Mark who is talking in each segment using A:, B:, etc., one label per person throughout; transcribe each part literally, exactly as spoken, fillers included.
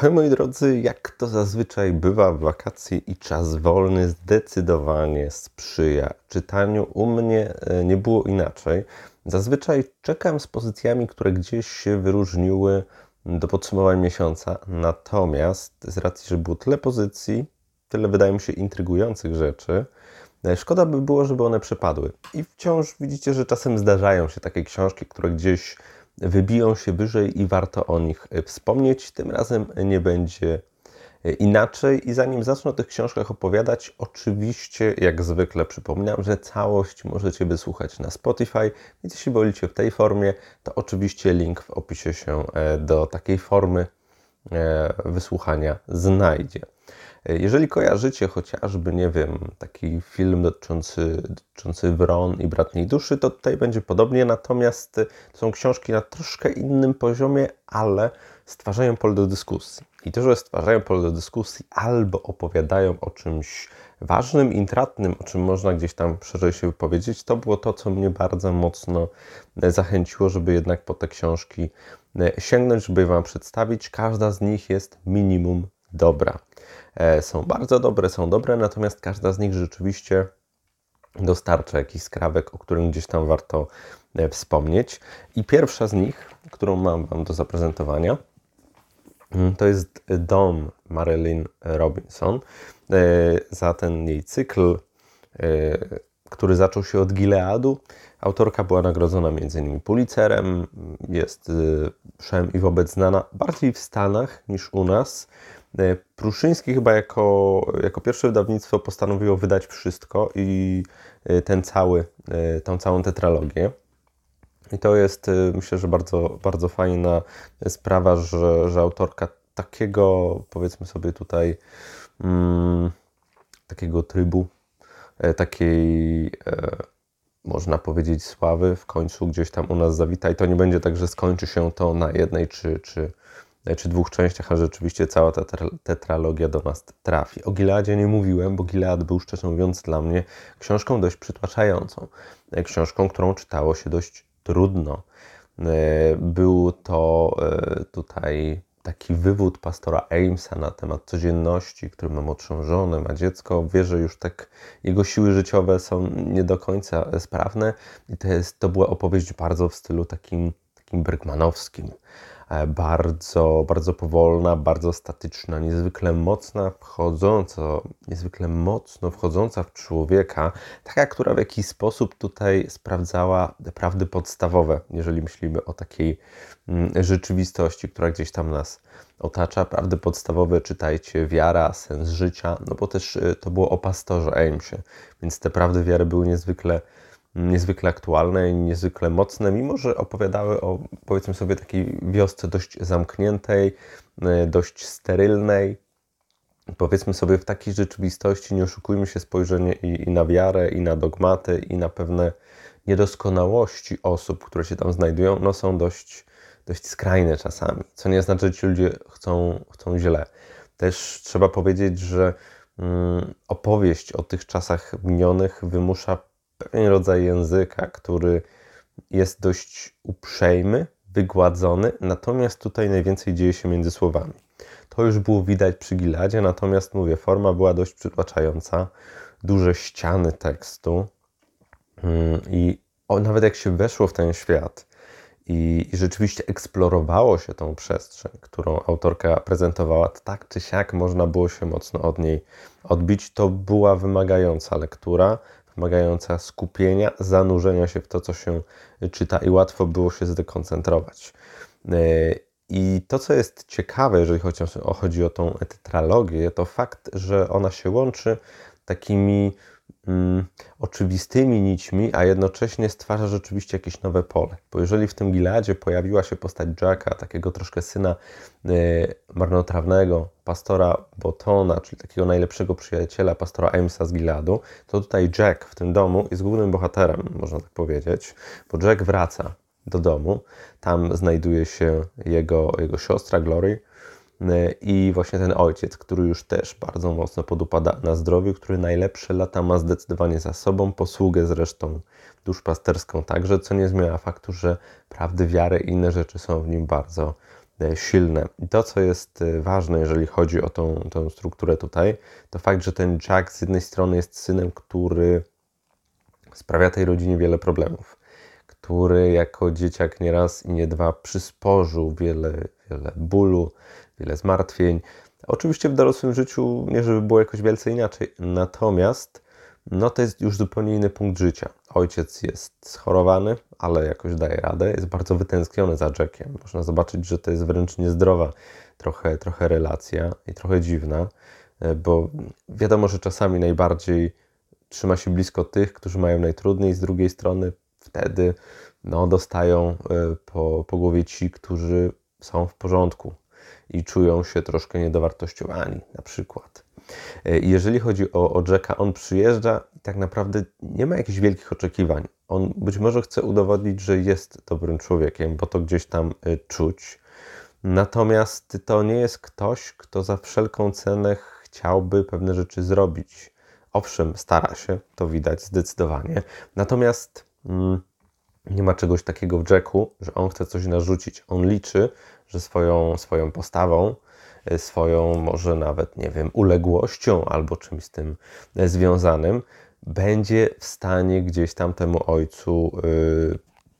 A: Ahoj moi drodzy, jak to zazwyczaj bywa w wakacje i czas wolny zdecydowanie sprzyja czytaniu. U mnie nie było inaczej. Zazwyczaj czekam z pozycjami, które gdzieś się wyróżniły do podsumowań miesiąca. Natomiast z racji, że było tyle pozycji, tyle wydaje mi się intrygujących rzeczy, szkoda by było, żeby one przepadły. I wciąż widzicie, że czasem zdarzają się takie książki, które gdzieś wybiją się wyżej i warto o nich wspomnieć. Tym razem nie będzie inaczej. I zanim zacznę o tych książkach opowiadać, oczywiście, jak zwykle przypominam, że całość możecie wysłuchać na Spotify, więc jeśli wolicie w tej formie, to oczywiście link w opisie się do takiej formy wysłuchania znajdzie. Jeżeli kojarzycie chociażby, nie wiem, taki film dotyczący, dotyczący Wron i Bratniej Duszy, to tutaj będzie podobnie, natomiast to są książki na troszkę innym poziomie, ale stwarzają pole do dyskusji. I to, że stwarzają pole do dyskusji albo opowiadają o czymś ważnym, intratnym, o czym można gdzieś tam szerzej się wypowiedzieć, to było to, co mnie bardzo mocno zachęciło, żeby jednak po te książki sięgnąć, żeby je Wam przedstawić. Każda z nich jest minimum dobra. Są bardzo dobre, są dobre, natomiast każda z nich rzeczywiście dostarcza jakiś skrawek, o którym gdzieś tam warto wspomnieć. I pierwsza z nich, którą mam Wam do zaprezentowania, to jest Dom Marilynne Robinson. Za ten jej cykl, który zaczął się od Gileadu, autorka była nagrodzona między innymi Pulitzerem, jest wszem i wobec znana bardziej w Stanach niż u nas. Pruszyński chyba jako, jako pierwsze wydawnictwo postanowiło wydać wszystko i ten cały, tą całą tetralogię. I to jest, myślę, że bardzo, bardzo fajna sprawa, że, że autorka takiego, powiedzmy sobie tutaj, mm, takiego trybu, takiej, e, można powiedzieć, sławy w końcu gdzieś tam u nas zawita. I to nie będzie tak, że skończy się to na jednej czy, czy czy dwóch częściach, a rzeczywiście cała ta tetralogia do nas trafi. O Gileadzie nie mówiłem, bo Gilead był, szczerze mówiąc, dla mnie książką dość przytłaczającą. Książką, którą czytało się dość trudno. Był to tutaj taki wywód pastora Amesa na temat codzienności, który ma młodszą żonę, ma dziecko. Wie, że już tak jego siły życiowe są nie do końca sprawne. I to, jest, to była opowieść bardzo w stylu takim, takim bergmanowskim. Bardzo, bardzo powolna, bardzo statyczna, niezwykle mocna, wchodząca, niezwykle mocno wchodząca w człowieka, taka, która w jakiś sposób tutaj sprawdzała prawdy podstawowe, jeżeli myślimy o takiej rzeczywistości, która gdzieś tam nas otacza. Prawdy podstawowe, czytajcie, wiara, sens życia, no bo też to było o pastorze Amesie, więc te prawdy wiary były niezwykle niezwykle aktualne i niezwykle mocne, mimo że opowiadały o, powiedzmy sobie, takiej wiosce dość zamkniętej, dość sterylnej. Powiedzmy sobie, w takiej rzeczywistości, nie oszukujmy się, spojrzenie i, i na wiarę, i na dogmaty, i na pewne niedoskonałości osób, które się tam znajdują, no są dość, dość skrajne czasami, co nie znaczy, że ci ludzie chcą, chcą źle. Też trzeba powiedzieć, że mm, opowieść o tych czasach minionych wymusza pewien rodzaj języka, który jest dość uprzejmy, wygładzony, natomiast tutaj najwięcej dzieje się między słowami. To już było widać przy Gileadzie, natomiast mówię, forma była dość przytłaczająca, duże ściany tekstu i o, nawet jak się weszło w ten świat i, i rzeczywiście eksplorowało się tą przestrzeń, którą autorka prezentowała, to tak czy siak można było się mocno od niej odbić. To była wymagająca lektura, wymagająca skupienia, zanurzenia się w to, co się czyta i łatwo było się zdekoncentrować. I to, co jest ciekawe, jeżeli chodzi o tą tetralogię, to fakt, że ona się łączy takimi mm, oczywistymi nićmi, a jednocześnie stwarza rzeczywiście jakieś nowe pole. Bo jeżeli w tym Gileadzie pojawiła się postać Jacka, takiego troszkę syna y, marnotrawnego pastora Botona, czyli takiego najlepszego przyjaciela pastora Amesa z Gileadu, to tutaj Jack w tym domu jest głównym bohaterem, można tak powiedzieć, bo Jack wraca do domu, tam znajduje się jego, jego siostra Glory i właśnie ten ojciec, który już też bardzo mocno podupada na zdrowiu, który najlepsze lata ma zdecydowanie za sobą, posługę zresztą duszpasterską także, co nie zmienia faktu, że prawdy wiary i inne rzeczy są w nim bardzo silne. I to, co jest ważne, jeżeli chodzi o tą, tą strukturę tutaj, to fakt, że ten Jack z jednej strony jest synem, który sprawia tej rodzinie wiele problemów, który jako dzieciak nie raz i nie dwa przysporzył wiele, wiele bólu, wiele zmartwień. Oczywiście w dorosłym życiu nie żeby było jakoś wielce inaczej, natomiast no to jest już zupełnie inny punkt życia. Ojciec jest schorowany, ale jakoś daje radę, jest bardzo wytęskniony za Jackiem. Można zobaczyć, że to jest wręcz niezdrowa trochę, trochę relacja i trochę dziwna, bo wiadomo, że czasami najbardziej trzyma się blisko tych, którzy mają najtrudniej, z drugiej strony wtedy no, dostają po, po głowie ci, którzy są w porządku i czują się troszkę niedowartościowani, na przykład. Jeżeli chodzi o, o Jacka, on przyjeżdża i tak naprawdę nie ma jakichś wielkich oczekiwań. On być może chce udowodnić, że jest dobrym człowiekiem, bo to gdzieś tam czuć. Natomiast to nie jest ktoś, kto za wszelką cenę chciałby pewne rzeczy zrobić. Owszem, stara się, to widać zdecydowanie. Natomiast mm, nie ma czegoś takiego w Jacku, że on chce coś narzucić. On liczy, że swoją, swoją postawą, swoją może nawet, nie wiem, uległością albo czymś z tym związanym, będzie w stanie gdzieś tam temu ojcu yy,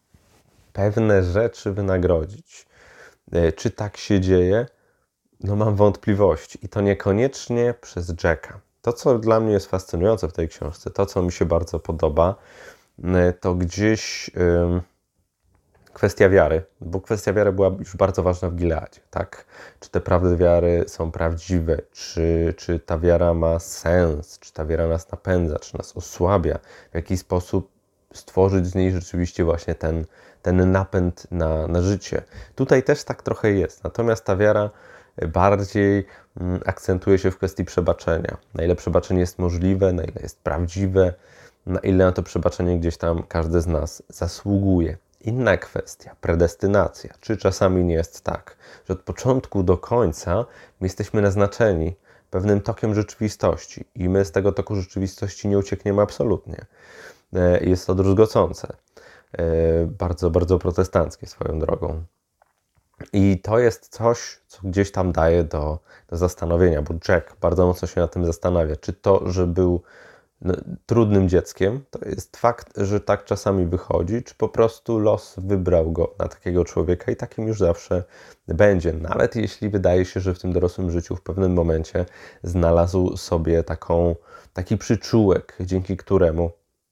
A: pewne rzeczy wynagrodzić. Yy, czy tak się dzieje? No mam wątpliwości i to niekoniecznie przez Jacka. To, co dla mnie jest fascynujące w tej książce, to, co mi się bardzo podoba, yy, to gdzieś... Yy, Kwestia wiary, bo kwestia wiary była już bardzo ważna w Gileadzie, tak? Czy te prawdy wiary są prawdziwe, czy, czy ta wiara ma sens, czy ta wiara nas napędza, czy nas osłabia, w jaki sposób stworzyć z niej rzeczywiście właśnie ten, ten napęd na, na życie. Tutaj też tak trochę jest, natomiast ta wiara bardziej akcentuje się w kwestii przebaczenia. Na ile przebaczenie jest możliwe, na ile jest prawdziwe, na ile na to przebaczenie gdzieś tam każdy z nas zasługuje. Inna kwestia, predestynacja. Czy czasami nie jest tak, że od początku do końca my jesteśmy naznaczeni pewnym tokiem rzeczywistości i my z tego toku rzeczywistości nie uciekniemy absolutnie. Jest to druzgocące. Bardzo, bardzo protestanckie swoją drogą. I to jest coś, co gdzieś tam daje do, do zastanowienia, bo Jack bardzo mocno się nad tym zastanawia. Czy to, że był no, trudnym dzieckiem, to jest fakt, że tak czasami wychodzi, czy po prostu los wybrał go na takiego człowieka i takim już zawsze będzie. Nawet jeśli wydaje się, że w tym dorosłym życiu w pewnym momencie znalazł sobie taką, taki przyczółek, dzięki któremu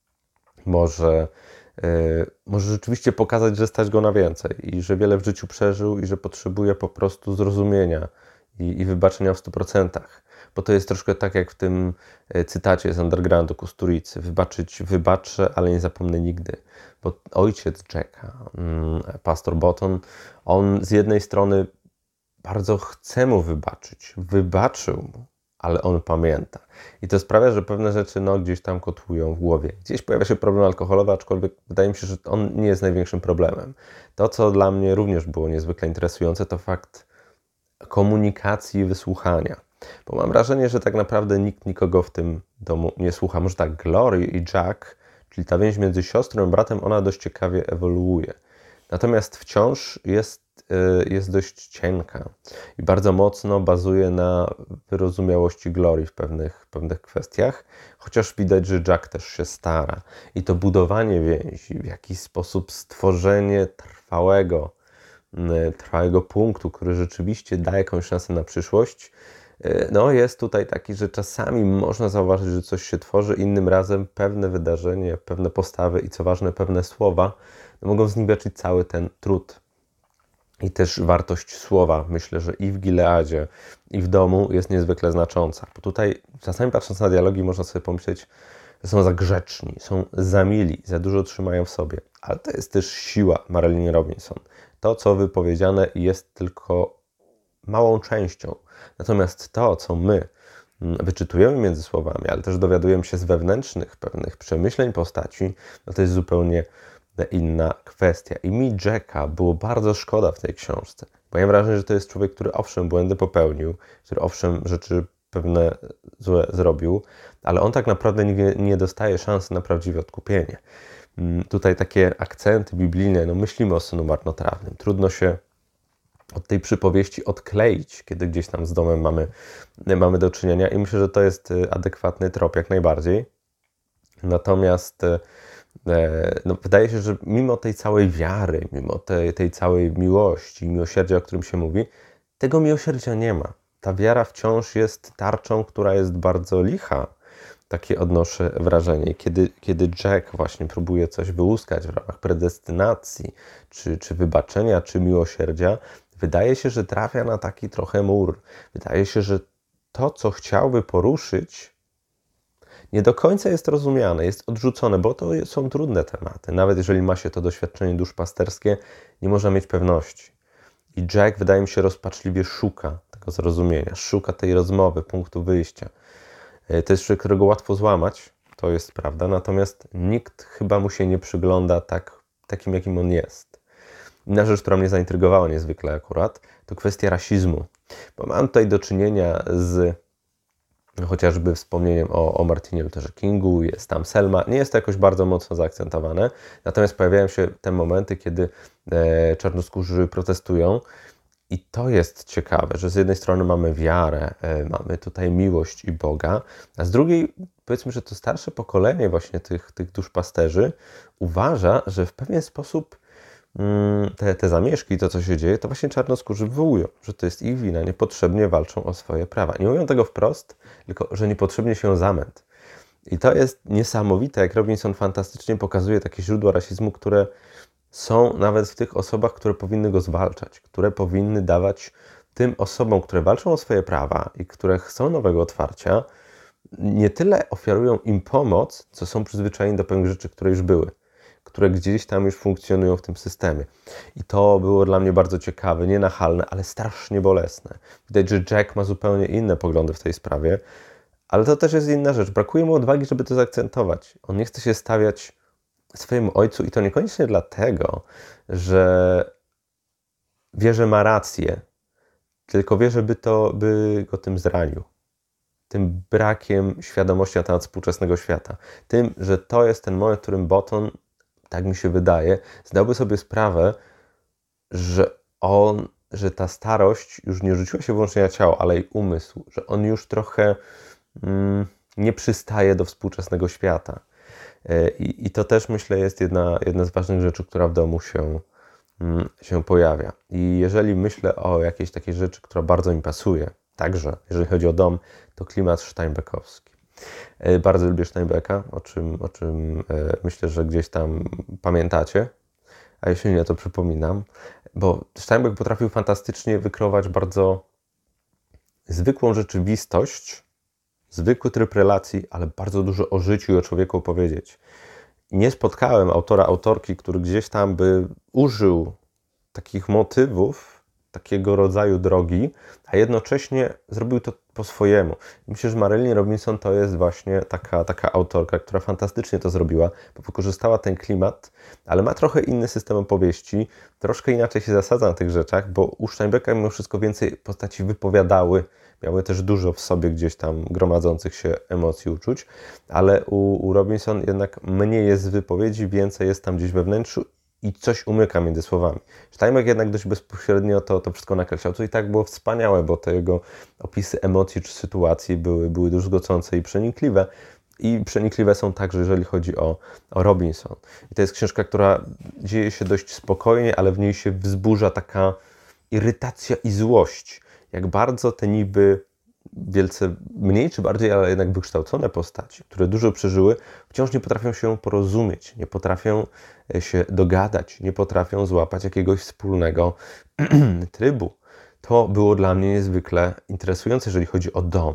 A: może, yy, może rzeczywiście pokazać, że stać go na więcej i że wiele w życiu przeżył i że potrzebuje po prostu zrozumienia i, i wybaczenia w stu procentach. Bo to jest troszkę tak jak w tym cytacie z Undergroundu Kusturicy. Wybaczyć wybaczę, ale nie zapomnę nigdy. Bo ojciec Jacka, pastor Botton, on z jednej strony bardzo chce mu wybaczyć. Wybaczył mu, ale on pamięta. I to sprawia, że pewne rzeczy no, gdzieś tam kotłują w głowie. Gdzieś pojawia się problem alkoholowy, aczkolwiek wydaje mi się, że on nie jest największym problemem. To, co dla mnie również było niezwykle interesujące, to fakt komunikacji i wysłuchania. Bo mam wrażenie, że tak naprawdę nikt nikogo w tym domu nie słucha. Może tak Glory i Jack, czyli ta więź między siostrą i bratem, ona dość ciekawie ewoluuje. Natomiast wciąż jest, jest dość cienka i bardzo mocno bazuje na wyrozumiałości Glory w pewnych, pewnych kwestiach, chociaż widać, że Jack też się stara. I to budowanie więzi, w jakiś sposób stworzenie trwałego, trwałego punktu, który rzeczywiście daje jakąś szansę na przyszłość, no jest tutaj taki, że czasami można zauważyć, że coś się tworzy, innym razem pewne wydarzenie, pewne postawy i co ważne, pewne słowa no mogą zniweczyć cały ten trud. I też wartość słowa, myślę, że i w Gileadzie, i w domu jest niezwykle znacząca. Bo tutaj czasami patrząc na dialogi można sobie pomyśleć, że są za grzeczni, są za mili, za dużo trzymają w sobie. Ale to jest też siła Marilyn Robinson. To, co wypowiedziane jest tylko małą częścią. Natomiast to, co my wyczytujemy między słowami, ale też dowiadujemy się z wewnętrznych pewnych przemyśleń postaci, no to jest zupełnie inna kwestia. I mi Jacka było bardzo szkoda w tej książce. Bo ja mam wrażenie, że to jest człowiek, który owszem błędy popełnił, który owszem rzeczy pewne złe zrobił, ale on tak naprawdę nie, nie dostaje szansy na prawdziwe odkupienie. Tutaj takie akcenty biblijne, no myślimy o synu marnotrawnym. Trudno się od tej przypowieści odkleić, kiedy gdzieś tam z domem mamy, mamy do czynienia i myślę, że to jest adekwatny trop jak najbardziej. Natomiast no, wydaje się, że mimo tej całej wiary, mimo tej, tej całej miłości, miłosierdzia, o którym się mówi, tego miłosierdzia nie ma. Ta wiara wciąż jest tarczą, która jest bardzo licha. Takie odnoszę wrażenie. Kiedy, kiedy Jack właśnie próbuje coś wyłuskać w ramach predestynacji, czy, czy wybaczenia, czy miłosierdzia, wydaje się, że trafia na taki trochę mur. Wydaje się, że to, co chciałby poruszyć, nie do końca jest rozumiane, jest odrzucone, bo to są trudne tematy. Nawet jeżeli ma się to doświadczenie duszpasterskie, nie można mieć pewności. I Jack, wydaje mi się, rozpaczliwie szuka tego zrozumienia, szuka tej rozmowy, punktu wyjścia. To jest człowiek, którego łatwo złamać, to jest prawda, natomiast nikt chyba mu się nie przygląda tak, takim, jakim on jest. Inna rzecz, która mnie zaintrygowała niezwykle akurat, to kwestia rasizmu. Bo mam tutaj do czynienia z chociażby wspomnieniem o, o Martinie Lutherze Kingu, jest tam Selma. Nie jest to jakoś bardzo mocno zaakcentowane, natomiast pojawiają się te momenty, kiedy e, czarnoskórzy protestują. I to jest ciekawe, że z jednej strony mamy wiarę, e, mamy tutaj miłość i Boga, a z drugiej powiedzmy, że to starsze pokolenie właśnie tych, tych duszpasterzy uważa, że w pewien sposób mm, te, te zamieszki, to co się dzieje, to właśnie czarnoskórzy wywołują, że to jest ich wina, niepotrzebnie walczą o swoje prawa. Nie mówią tego wprost, tylko że niepotrzebnie się zamęt. I to jest niesamowite, jak Robinson fantastycznie pokazuje takie źródła rasizmu, które są nawet w tych osobach, które powinny go zwalczać, które powinny dawać tym osobom, które walczą o swoje prawa i które chcą nowego otwarcia, nie tyle ofiarują im pomoc, co są przyzwyczajeni do pewnych rzeczy, które już były, które gdzieś tam już funkcjonują w tym systemie. I to było dla mnie bardzo ciekawe, nienachalne, ale strasznie bolesne. Widać, że Jack ma zupełnie inne poglądy w tej sprawie, ale to też jest inna rzecz. Brakuje mu odwagi, żeby to zaakcentować. On nie chce się stawiać swojemu ojcu i to niekoniecznie dlatego, że wie, że ma rację, tylko wie, żeby to by go tym zranił. Tym brakiem świadomości na temat współczesnego świata. Tym, że to jest ten moment, w którym Botton, tak mi się wydaje, zdałby sobie sprawę, że on, że ta starość już nie rzuciła się wyłącznie na ciało, ale i umysł, że on już trochę mm, nie przystaje do współczesnego świata. I, I to też, myślę, jest jedna, jedna z ważnych rzeczy, która w domu się, się pojawia. I jeżeli myślę o jakiejś takiej rzeczy, która bardzo mi pasuje, także jeżeli chodzi o dom, to klimat steinbeckowski. Bardzo lubię Steinbecka, o czym, o czym myślę, że gdzieś tam pamiętacie, a jeśli nie, to przypominam, bo Steinbeck potrafił fantastycznie wykreować bardzo zwykłą rzeczywistość, zwykły tryb relacji, ale bardzo dużo o życiu i o człowieku opowiedzieć. Nie spotkałem autora, autorki, który gdzieś tam by użył takich motywów, takiego rodzaju drogi, a jednocześnie zrobił to po swojemu. Myślę, że Marilyn Robinson to jest właśnie taka, taka autorka, która fantastycznie to zrobiła, bo wykorzystała ten klimat, ale ma trochę inny system opowieści, troszkę inaczej się zasadza na tych rzeczach, bo u Steinbecka mimo wszystko więcej postaci wypowiadały, miały też dużo w sobie gdzieś tam gromadzących się emocji, uczuć, ale u, u Robinson jednak mniej jest z wypowiedzi, więcej jest tam gdzieś we wnętrzu i coś umyka między słowami. Steinbeck jednak dość bezpośrednio to, to wszystko nakreślał, co i tak było wspaniałe, bo te jego opisy emocji czy sytuacji były, były druzgocące i przenikliwe. I przenikliwe są także, jeżeli chodzi o, o Robinson. I to jest książka, która dzieje się dość spokojnie, ale w niej się wzburza taka irytacja i złość. Jak bardzo te niby wielce mniej czy bardziej, ale jednak wykształcone postaci, które dużo przeżyły, wciąż nie potrafią się porozumieć, nie potrafią się dogadać, nie potrafią złapać jakiegoś wspólnego trybu. To było dla mnie niezwykle interesujące, jeżeli chodzi o dom.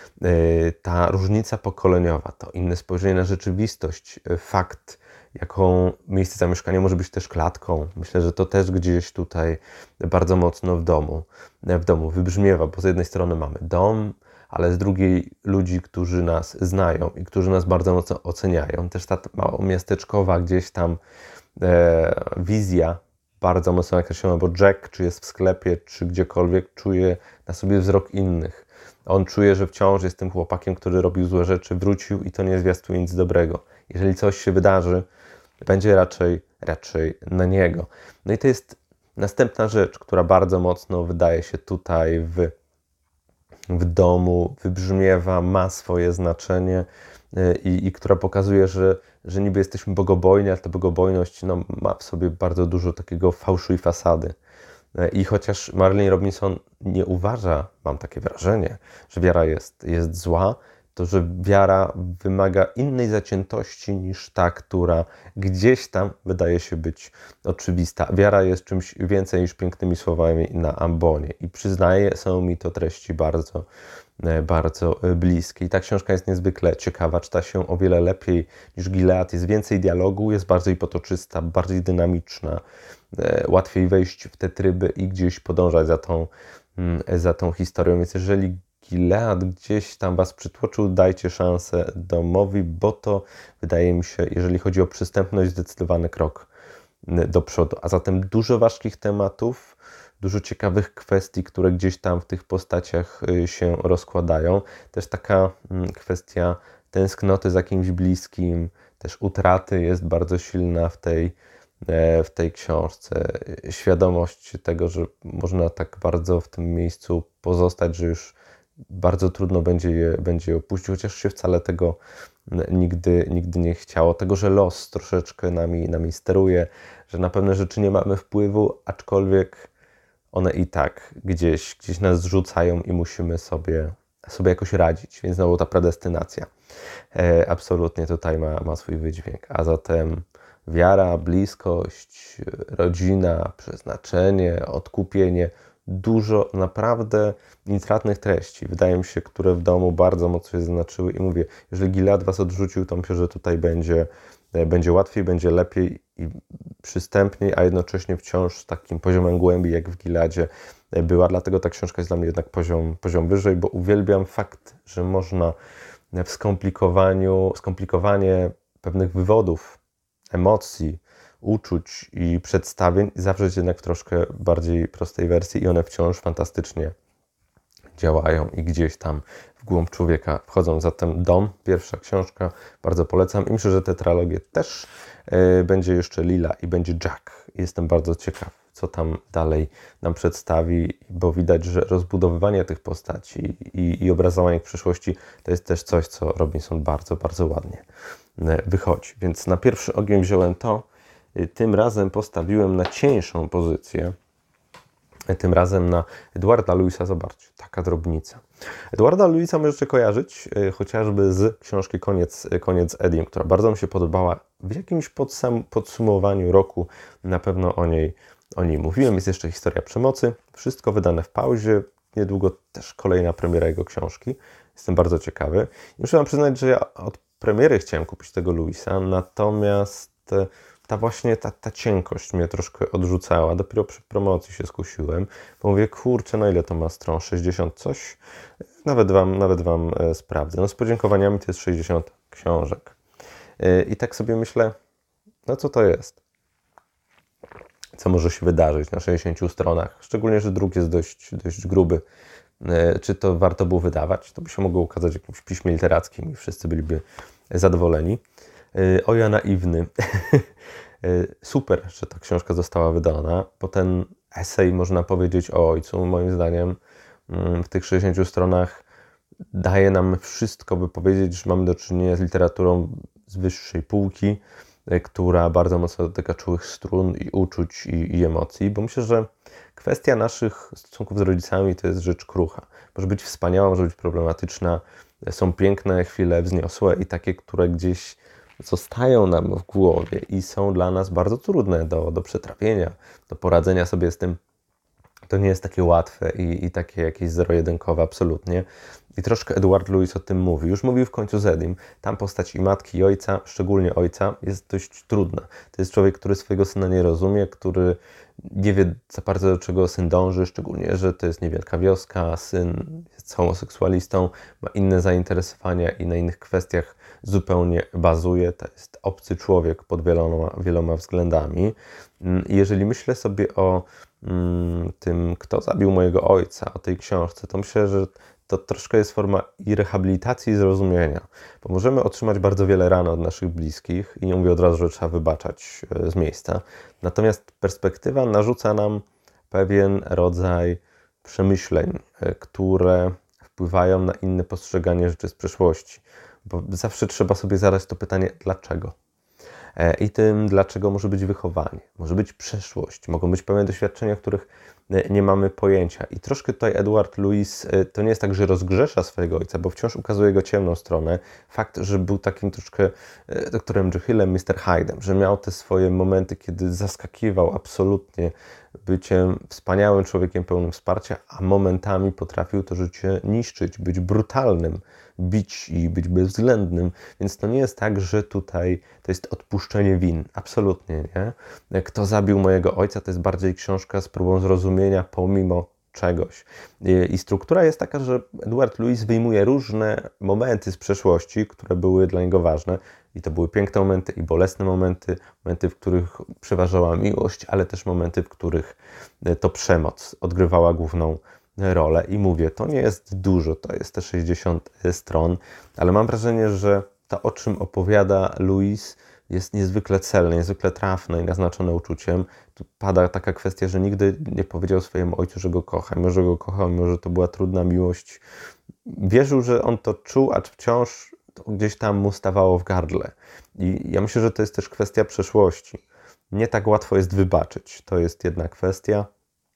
A: Ta różnica pokoleniowa, to inne spojrzenie na rzeczywistość, fakt, jaką miejsce zamieszkania może być też klatką. Myślę, że to też gdzieś tutaj bardzo mocno w domu, w domu wybrzmiewa, bo z jednej strony mamy dom, ale z drugiej ludzi, którzy nas znają i którzy nas bardzo mocno oceniają. Też ta małomiasteczkowa gdzieś tam e, wizja bardzo mocno nakreślona, bo Jack, czy jest w sklepie, czy gdziekolwiek, czuje na sobie wzrok innych. On czuje, że wciąż jest tym chłopakiem, który robił złe rzeczy, wrócił i to nie zwiastuje nic dobrego. Jeżeli coś się wydarzy, będzie raczej, raczej na niego. No i to jest Następna rzecz, która bardzo mocno wydaje się tutaj w, w domu, wybrzmiewa, ma swoje znaczenie i, i która pokazuje, że, że niby jesteśmy bogobojni, ale ta bogobojność no, ma w sobie bardzo dużo takiego fałszu i fasady. I chociaż Marilynne Robinson nie uważa, mam takie wrażenie, że wiara jest, jest zła, to że wiara wymaga innej zaciętości niż ta, która gdzieś tam wydaje się być oczywista. Wiara jest czymś więcej niż pięknymi słowami na ambonie i przyznaję, są mi to treści bardzo, bardzo bliskie. I ta książka jest niezwykle ciekawa, czyta się o wiele lepiej niż Gilead, jest więcej dialogu, jest bardziej potoczysta, bardziej dynamiczna, łatwiej wejść w te tryby i gdzieś podążać za tą, za tą historią. Więc jeżeli Gilead gdzieś tam Was przytłoczył, dajcie szansę domowi, bo to wydaje mi się, jeżeli chodzi o przystępność, zdecydowany krok do przodu. A zatem dużo ważkich tematów, dużo ciekawych kwestii, które gdzieś tam w tych postaciach się rozkładają. Też taka kwestia tęsknoty za kimś bliskim, też utraty jest bardzo silna w tej, w tej książce. Świadomość tego, że można tak bardzo w tym miejscu pozostać, że już bardzo trudno będzie je, będzie je opuścić, chociaż się wcale tego nigdy, nigdy nie chciało. Tego, że los troszeczkę nami, nami steruje, że na pewne rzeczy nie mamy wpływu, aczkolwiek one i tak gdzieś, gdzieś nas zrzucają i musimy sobie, sobie jakoś radzić. Więc znowu ta predestynacja e, absolutnie tutaj ma, ma swój wydźwięk. A zatem wiara, bliskość, rodzina, przeznaczenie, odkupienie, dużo naprawdę intratnych treści, wydaje mi się, które w domu bardzo mocno się zaznaczyły i mówię, jeżeli Gilead Was odrzucił, to myślę, że tutaj będzie, będzie łatwiej, będzie lepiej i przystępniej, a jednocześnie wciąż z takim poziomem głębi, jak w Gileadzie była, dlatego ta książka jest dla mnie jednak poziom, poziom wyżej, bo uwielbiam fakt, że można w skomplikowaniu, skomplikowanie pewnych wywodów, emocji, uczuć i przedstawień zawrzeć jednak w troszkę bardziej prostej wersji i one wciąż fantastycznie działają i gdzieś tam w głąb człowieka wchodzą. Zatem Dom, pierwsza książka, bardzo polecam i myślę, że tetralogię też yy, będzie jeszcze Lila i będzie Jack. Jestem bardzo ciekaw, co tam dalej nam przedstawi, bo widać, że rozbudowywanie tych postaci i, i obrazowanie ich przyszłości to jest też coś, co Robinson bardzo, bardzo ładnie wychodzi. Więc na pierwszy ogień wziąłem to. Tym razem postawiłem na cieńszą pozycję. Tym razem na Edwarda Louisa. Zobaczcie, taka drobnica. Edwarda Louisa możecie kojarzyć chociażby z książki Koniec, Koniec Edim, która bardzo mi się podobała. W jakimś podsum- podsumowaniu roku na pewno o niej, o niej mówiłem. Jest jeszcze Historia przemocy. Wszystko wydane w pauzie. Niedługo też kolejna premiera jego książki. Jestem bardzo ciekawy. I muszę wam przyznać, że ja od premiery chciałem kupić tego Louisa, natomiast ta właśnie ta, ta cienkość mnie troszkę odrzucała. Dopiero przy promocji się skusiłem, bo mówię, kurczę, no ile to ma stron? sześćdziesiąt coś? Nawet wam, nawet wam e, sprawdzę. No z podziękowaniami to jest sześćdziesiąt książek. E, I tak sobie myślę, no co to jest? Co może się wydarzyć na sześćdziesięciu stronach? Szczególnie, że druk jest dość, dość gruby. E, czy to warto było wydawać? To by się mogło ukazać w jakimś piśmie literackim i wszyscy byliby zadowoleni. E, o ja naiwny. Super, że ta książka została wydana, bo ten esej, można powiedzieć, o ojcu, moim zdaniem, w tych sześćdziesięciu stronach daje nam wszystko, by powiedzieć, że mamy do czynienia z literaturą z wyższej półki, która bardzo mocno dotyka czułych strun i uczuć i, i emocji, bo myślę, że kwestia naszych stosunków z rodzicami to jest rzecz krucha. Może być wspaniała, może być problematyczna, są piękne chwile, wzniosłe i takie, które gdzieś zostają nam w głowie i są dla nas bardzo trudne do, do przetrawienia, do poradzenia sobie z tym. To nie jest takie łatwe i, i takie jakieś zero-jedynkowe absolutnie. I troszkę Edward Louis o tym mówi. Już mówił w końcu z Edim. Tam postać i matki, i ojca, szczególnie ojca, jest dość trudna. To jest człowiek, który swojego syna nie rozumie, który nie wie za bardzo, do czego syn dąży, szczególnie, że to jest niewielka wioska, syn jest homoseksualistą, ma inne zainteresowania i na innych kwestiach zupełnie bazuje. To jest obcy człowiek pod wieloma, wieloma względami. I jeżeli myślę sobie o mm, tym, kto zabił mojego ojca, o tej książce, to myślę, że to troszkę jest forma i rehabilitacji, i zrozumienia, bo możemy otrzymać bardzo wiele ran od naszych bliskich i nie mówię od razu, że trzeba wybaczać z miejsca. Natomiast perspektywa narzuca nam pewien rodzaj przemyśleń, które wpływają na inne postrzeganie rzeczy z przeszłości. Bo zawsze trzeba sobie zadać to pytanie, dlaczego? I tym, dlaczego może być wychowanie, może być przeszłość, mogą być pewne doświadczenia, których nie mamy pojęcia. I troszkę tutaj Edward Louis, to nie jest tak, że rozgrzesza swojego ojca, bo wciąż ukazuje jego ciemną stronę. Fakt, że był takim troszkę doktorem Jekyllem, mister Hyde'em, że miał te swoje momenty, kiedy zaskakiwał absolutnie byciem wspaniałym człowiekiem pełnym wsparcia, a momentami potrafił to życie niszczyć, być brutalnym, bić i być bezwzględnym. Więc to nie jest tak, że tutaj to jest odpuszczenie win. Absolutnie nie. Kto zabił mojego ojca, to jest bardziej książka z próbą zrozumienia pomimo czegoś. I struktura jest taka, że Edward Louis wyjmuje różne momenty z przeszłości, które były dla niego ważne. I to były piękne momenty i bolesne momenty, momenty, w których przeważała miłość, ale też momenty, w których to przemoc odgrywała główną rolę. I mówię, to nie jest dużo, to jest te sześćdziesiąt stron, ale mam wrażenie, że to, o czym opowiada Louis, jest niezwykle celne, niezwykle trafne i naznaczone uczuciem. Tu pada taka kwestia, że nigdy nie powiedział swojemu ojcu, że go kocha. Mimo, że go kochał, mimo, że to była trudna miłość. Wierzył, że on to czuł, acz wciąż to gdzieś tam mu stawało w gardle. I ja myślę, że to jest też kwestia przeszłości. Nie tak łatwo jest wybaczyć. To jest jedna kwestia.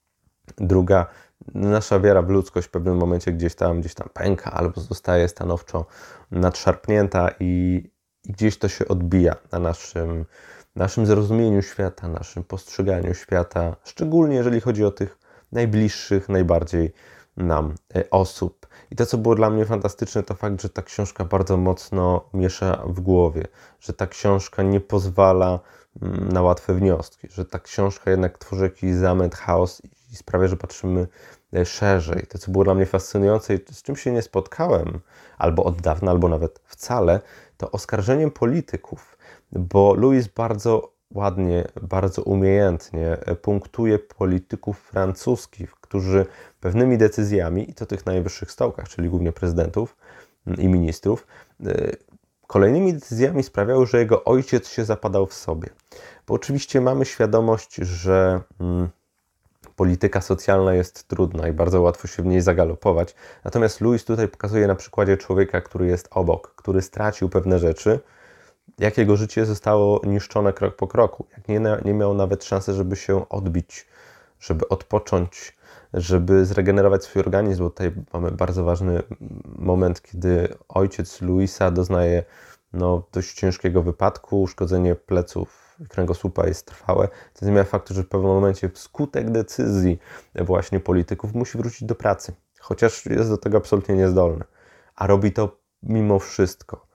A: Druga, nasza wiara w ludzkość w pewnym momencie gdzieś tam, gdzieś tam pęka albo zostaje stanowczo nadszarpnięta i, i gdzieś to się odbija na naszym, naszym zrozumieniu świata, naszym postrzeganiu świata, szczególnie jeżeli chodzi o tych najbliższych, najbardziej nam osób. I to, co było dla mnie fantastyczne, to fakt, że ta książka bardzo mocno miesza w głowie, że ta książka nie pozwala na łatwe wnioski, że ta książka jednak tworzy jakiś zamęt, chaos i sprawia, że patrzymy szerzej. To, co było dla mnie fascynujące i z czym się nie spotkałem, albo od dawna, albo nawet wcale, to oskarżeniem polityków, bo Louis bardzo ładnie, bardzo umiejętnie punktuje polityków francuskich, którzy pewnymi decyzjami, i to tych najwyższych stołkach, czyli głównie prezydentów i ministrów, kolejnymi decyzjami sprawiały, że jego ojciec się zapadał w sobie. Bo oczywiście mamy świadomość, że mm, polityka socjalna jest trudna i bardzo łatwo się w niej zagalopować. Natomiast Louis tutaj pokazuje na przykładzie człowieka, który jest obok, który stracił pewne rzeczy, jak jego życie zostało niszczone krok po kroku, jak nie, nie miał nawet szansy, żeby się odbić, żeby odpocząć, żeby zregenerować swój organizm, bo tutaj mamy bardzo ważny moment, kiedy ojciec Louisa doznaje no, dość ciężkiego wypadku, uszkodzenie pleców i kręgosłupa jest trwałe. To nie zmienia faktu, że w pewnym momencie wskutek decyzji właśnie polityków musi wrócić do pracy, chociaż jest do tego absolutnie niezdolny, a robi to mimo wszystko.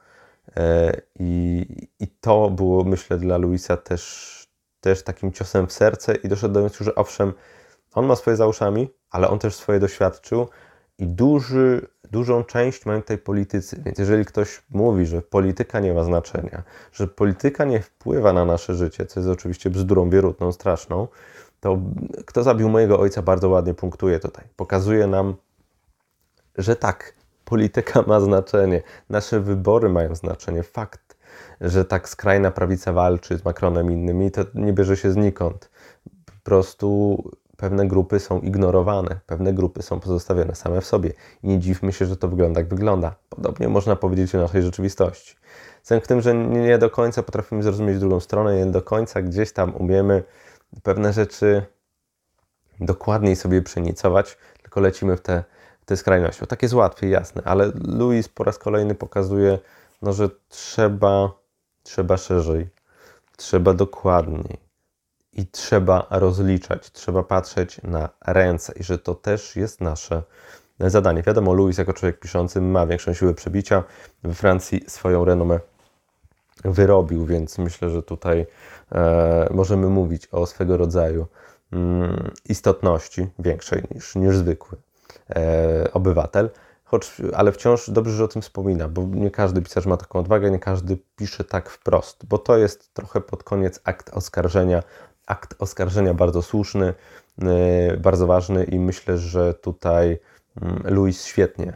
A: I, i to było, myślę, dla Louisa też, też takim ciosem w serce i doszedł do wniosku, że owszem, on ma swoje za uszami, ale on też swoje doświadczył i duży, dużą część mają tutaj politycy. Więc jeżeli ktoś mówi, że polityka nie ma znaczenia, że polityka nie wpływa na nasze życie, co jest oczywiście bzdurą wierutną, straszną, to Kto zabił mojego ojca bardzo ładnie punktuje tutaj. Pokazuje nam, że tak, polityka ma znaczenie, nasze wybory mają znaczenie. Fakt, że tak skrajna prawica walczy z Macronem i innymi, to nie bierze się znikąd. Po prostu pewne grupy są ignorowane, pewne grupy są pozostawione same w sobie. I nie dziwmy się, że to wygląda jak wygląda. Podobnie można powiedzieć o naszej rzeczywistości. Sęk w tym, że nie do końca potrafimy zrozumieć drugą stronę, nie do końca gdzieś tam umiemy pewne rzeczy dokładniej sobie przenicować, tylko lecimy w te, w te skrajności. Bo tak jest łatwiej, jasne, ale Louis po raz kolejny pokazuje, no, że trzeba, trzeba szerzej, trzeba dokładniej i trzeba rozliczać, trzeba patrzeć na ręce i że to też jest nasze zadanie. Wiadomo, Louis jako człowiek piszący ma większą siłę przebicia. We Francji swoją renomę wyrobił, więc myślę, że tutaj e, możemy mówić o swego rodzaju mm, istotności większej niż, niż zwykły e, obywatel. Choć, ale wciąż dobrze, że o tym wspomina, bo nie każdy pisarz ma taką odwagę, nie każdy pisze tak wprost, bo to jest trochę pod koniec akt oskarżenia. Akt oskarżenia bardzo słuszny, yy, bardzo ważny i myślę, że tutaj yy, Louis świetnie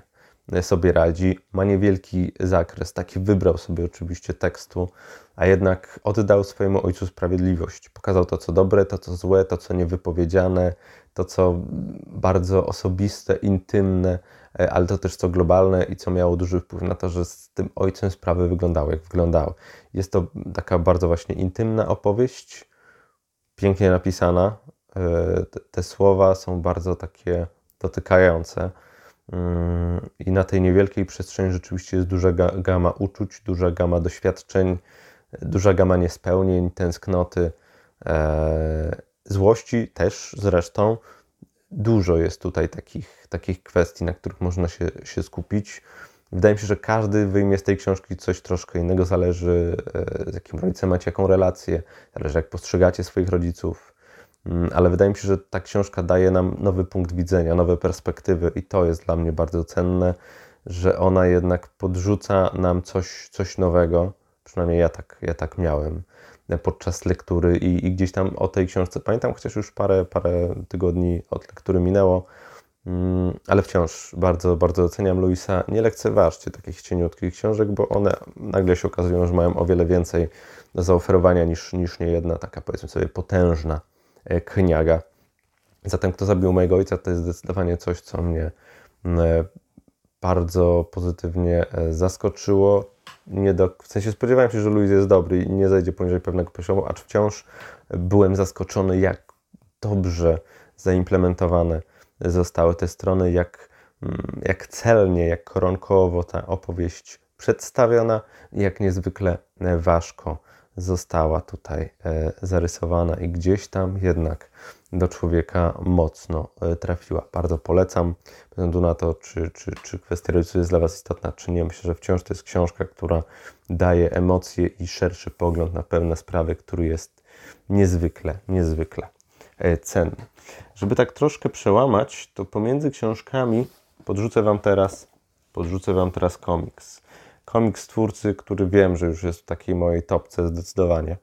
A: sobie radzi. Ma niewielki zakres, taki wybrał sobie oczywiście tekstu, a jednak oddał swojemu ojcu sprawiedliwość. Pokazał to, co dobre, to, co złe, to, co niewypowiedziane, to, co bardzo osobiste, intymne, ale to też co globalne i co miało duży wpływ na to, że z tym ojcem sprawy wyglądały, jak wyglądały. Jest to taka bardzo właśnie intymna opowieść, pięknie napisana. Te, te słowa są bardzo takie dotykające. I na tej niewielkiej przestrzeni rzeczywiście jest duża gama uczuć, duża gama doświadczeń, duża gama niespełnień, tęsknoty, e, złości też zresztą. Dużo jest tutaj takich, takich kwestii, na których można się, się skupić. Wydaje mi się, że każdy wyjmie z tej książki coś troszkę innego. Zależy, z jakim rodzicem macie jaką relację, zależy, jak postrzegacie swoich rodziców. Ale wydaje mi się, że ta książka daje nam nowy punkt widzenia, nowe perspektywy i to jest dla mnie bardzo cenne, że ona jednak podrzuca nam coś, coś nowego. Przynajmniej ja tak, ja tak miałem podczas lektury i, i gdzieś tam o tej książce pamiętam, chociaż już parę, parę tygodni od lektury minęło, ale wciąż bardzo, bardzo doceniam Lewisa. Nie lekceważcie takich cieniutkich książek, bo one nagle się okazują, że mają o wiele więcej do zaoferowania niż, niż niejedna taka, powiedzmy sobie, potężna kniaga. Zatem Kto zabił mojego ojca to jest zdecydowanie coś, co mnie bardzo pozytywnie zaskoczyło. Nie do, w sensie spodziewałem się, że Lewis jest dobry i nie zejdzie poniżej pewnego poziomu, acz wciąż byłem zaskoczony, jak dobrze zaimplementowane zostały te strony, jak, jak celnie, jak koronkowo ta opowieść przedstawiona i jak niezwykle ważko została tutaj zarysowana i gdzieś tam jednak do człowieka mocno trafiła. Bardzo polecam, bez względu na to, czy, czy, czy kwestia rodziców jest dla Was istotna, czy nie. Myślę, że wciąż to jest książka, która daje emocje i szerszy pogląd na pewne sprawy, który jest niezwykle, niezwykle cenny. Żeby tak troszkę przełamać, to pomiędzy książkami podrzucę Wam teraz, podrzucę Wam teraz komiks. Komiks twórcy, który wiem, że już jest w takiej mojej topce zdecydowanie.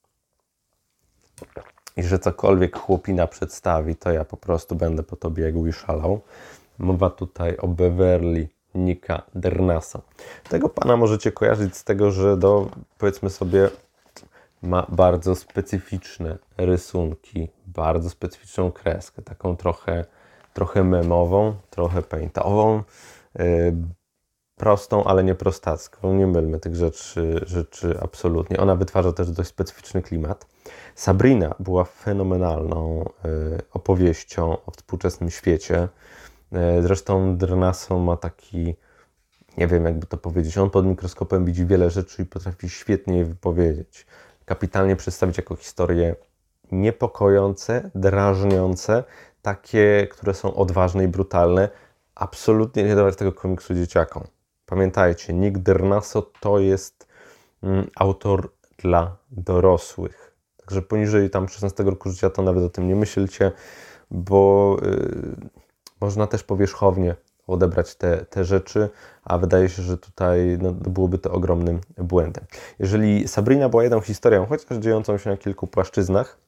A: I że cokolwiek chłopina przedstawi, to ja po prostu będę po to biegł i szalał. Mowa tutaj o Beverly Nicka Dernaso. Tego pana możecie kojarzyć z tego, że do, powiedzmy sobie, ma bardzo specyficzne rysunki, bardzo specyficzną kreskę, taką trochę, trochę memową, trochę paintową, yy, prostą, ale nie prostacką. Nie mylmy tych rzeczy, rzeczy absolutnie. Ona wytwarza też dość specyficzny klimat. Sabrina była fenomenalną y, opowieścią o współczesnym świecie. Y, zresztą Dernaso ma taki, nie wiem jakby to powiedzieć, on pod mikroskopem widzi wiele rzeczy i potrafi świetnie je wypowiedzieć. Kapitalnie przedstawić jako historie niepokojące, drażniące, takie, które są odważne i brutalne. Absolutnie nie dawać tego komiksu dzieciakom. Pamiętajcie, Nick Dernaso to jest mm, autor dla dorosłych. Także poniżej tam szesnastego roku życia to nawet o tym nie myślcie, bo yy, można też powierzchownie odebrać te, te rzeczy, a wydaje się, że tutaj no, byłoby to ogromnym błędem. Jeżeli Sabrina była jedną historią, chociaż dziejącą się na kilku płaszczyznach,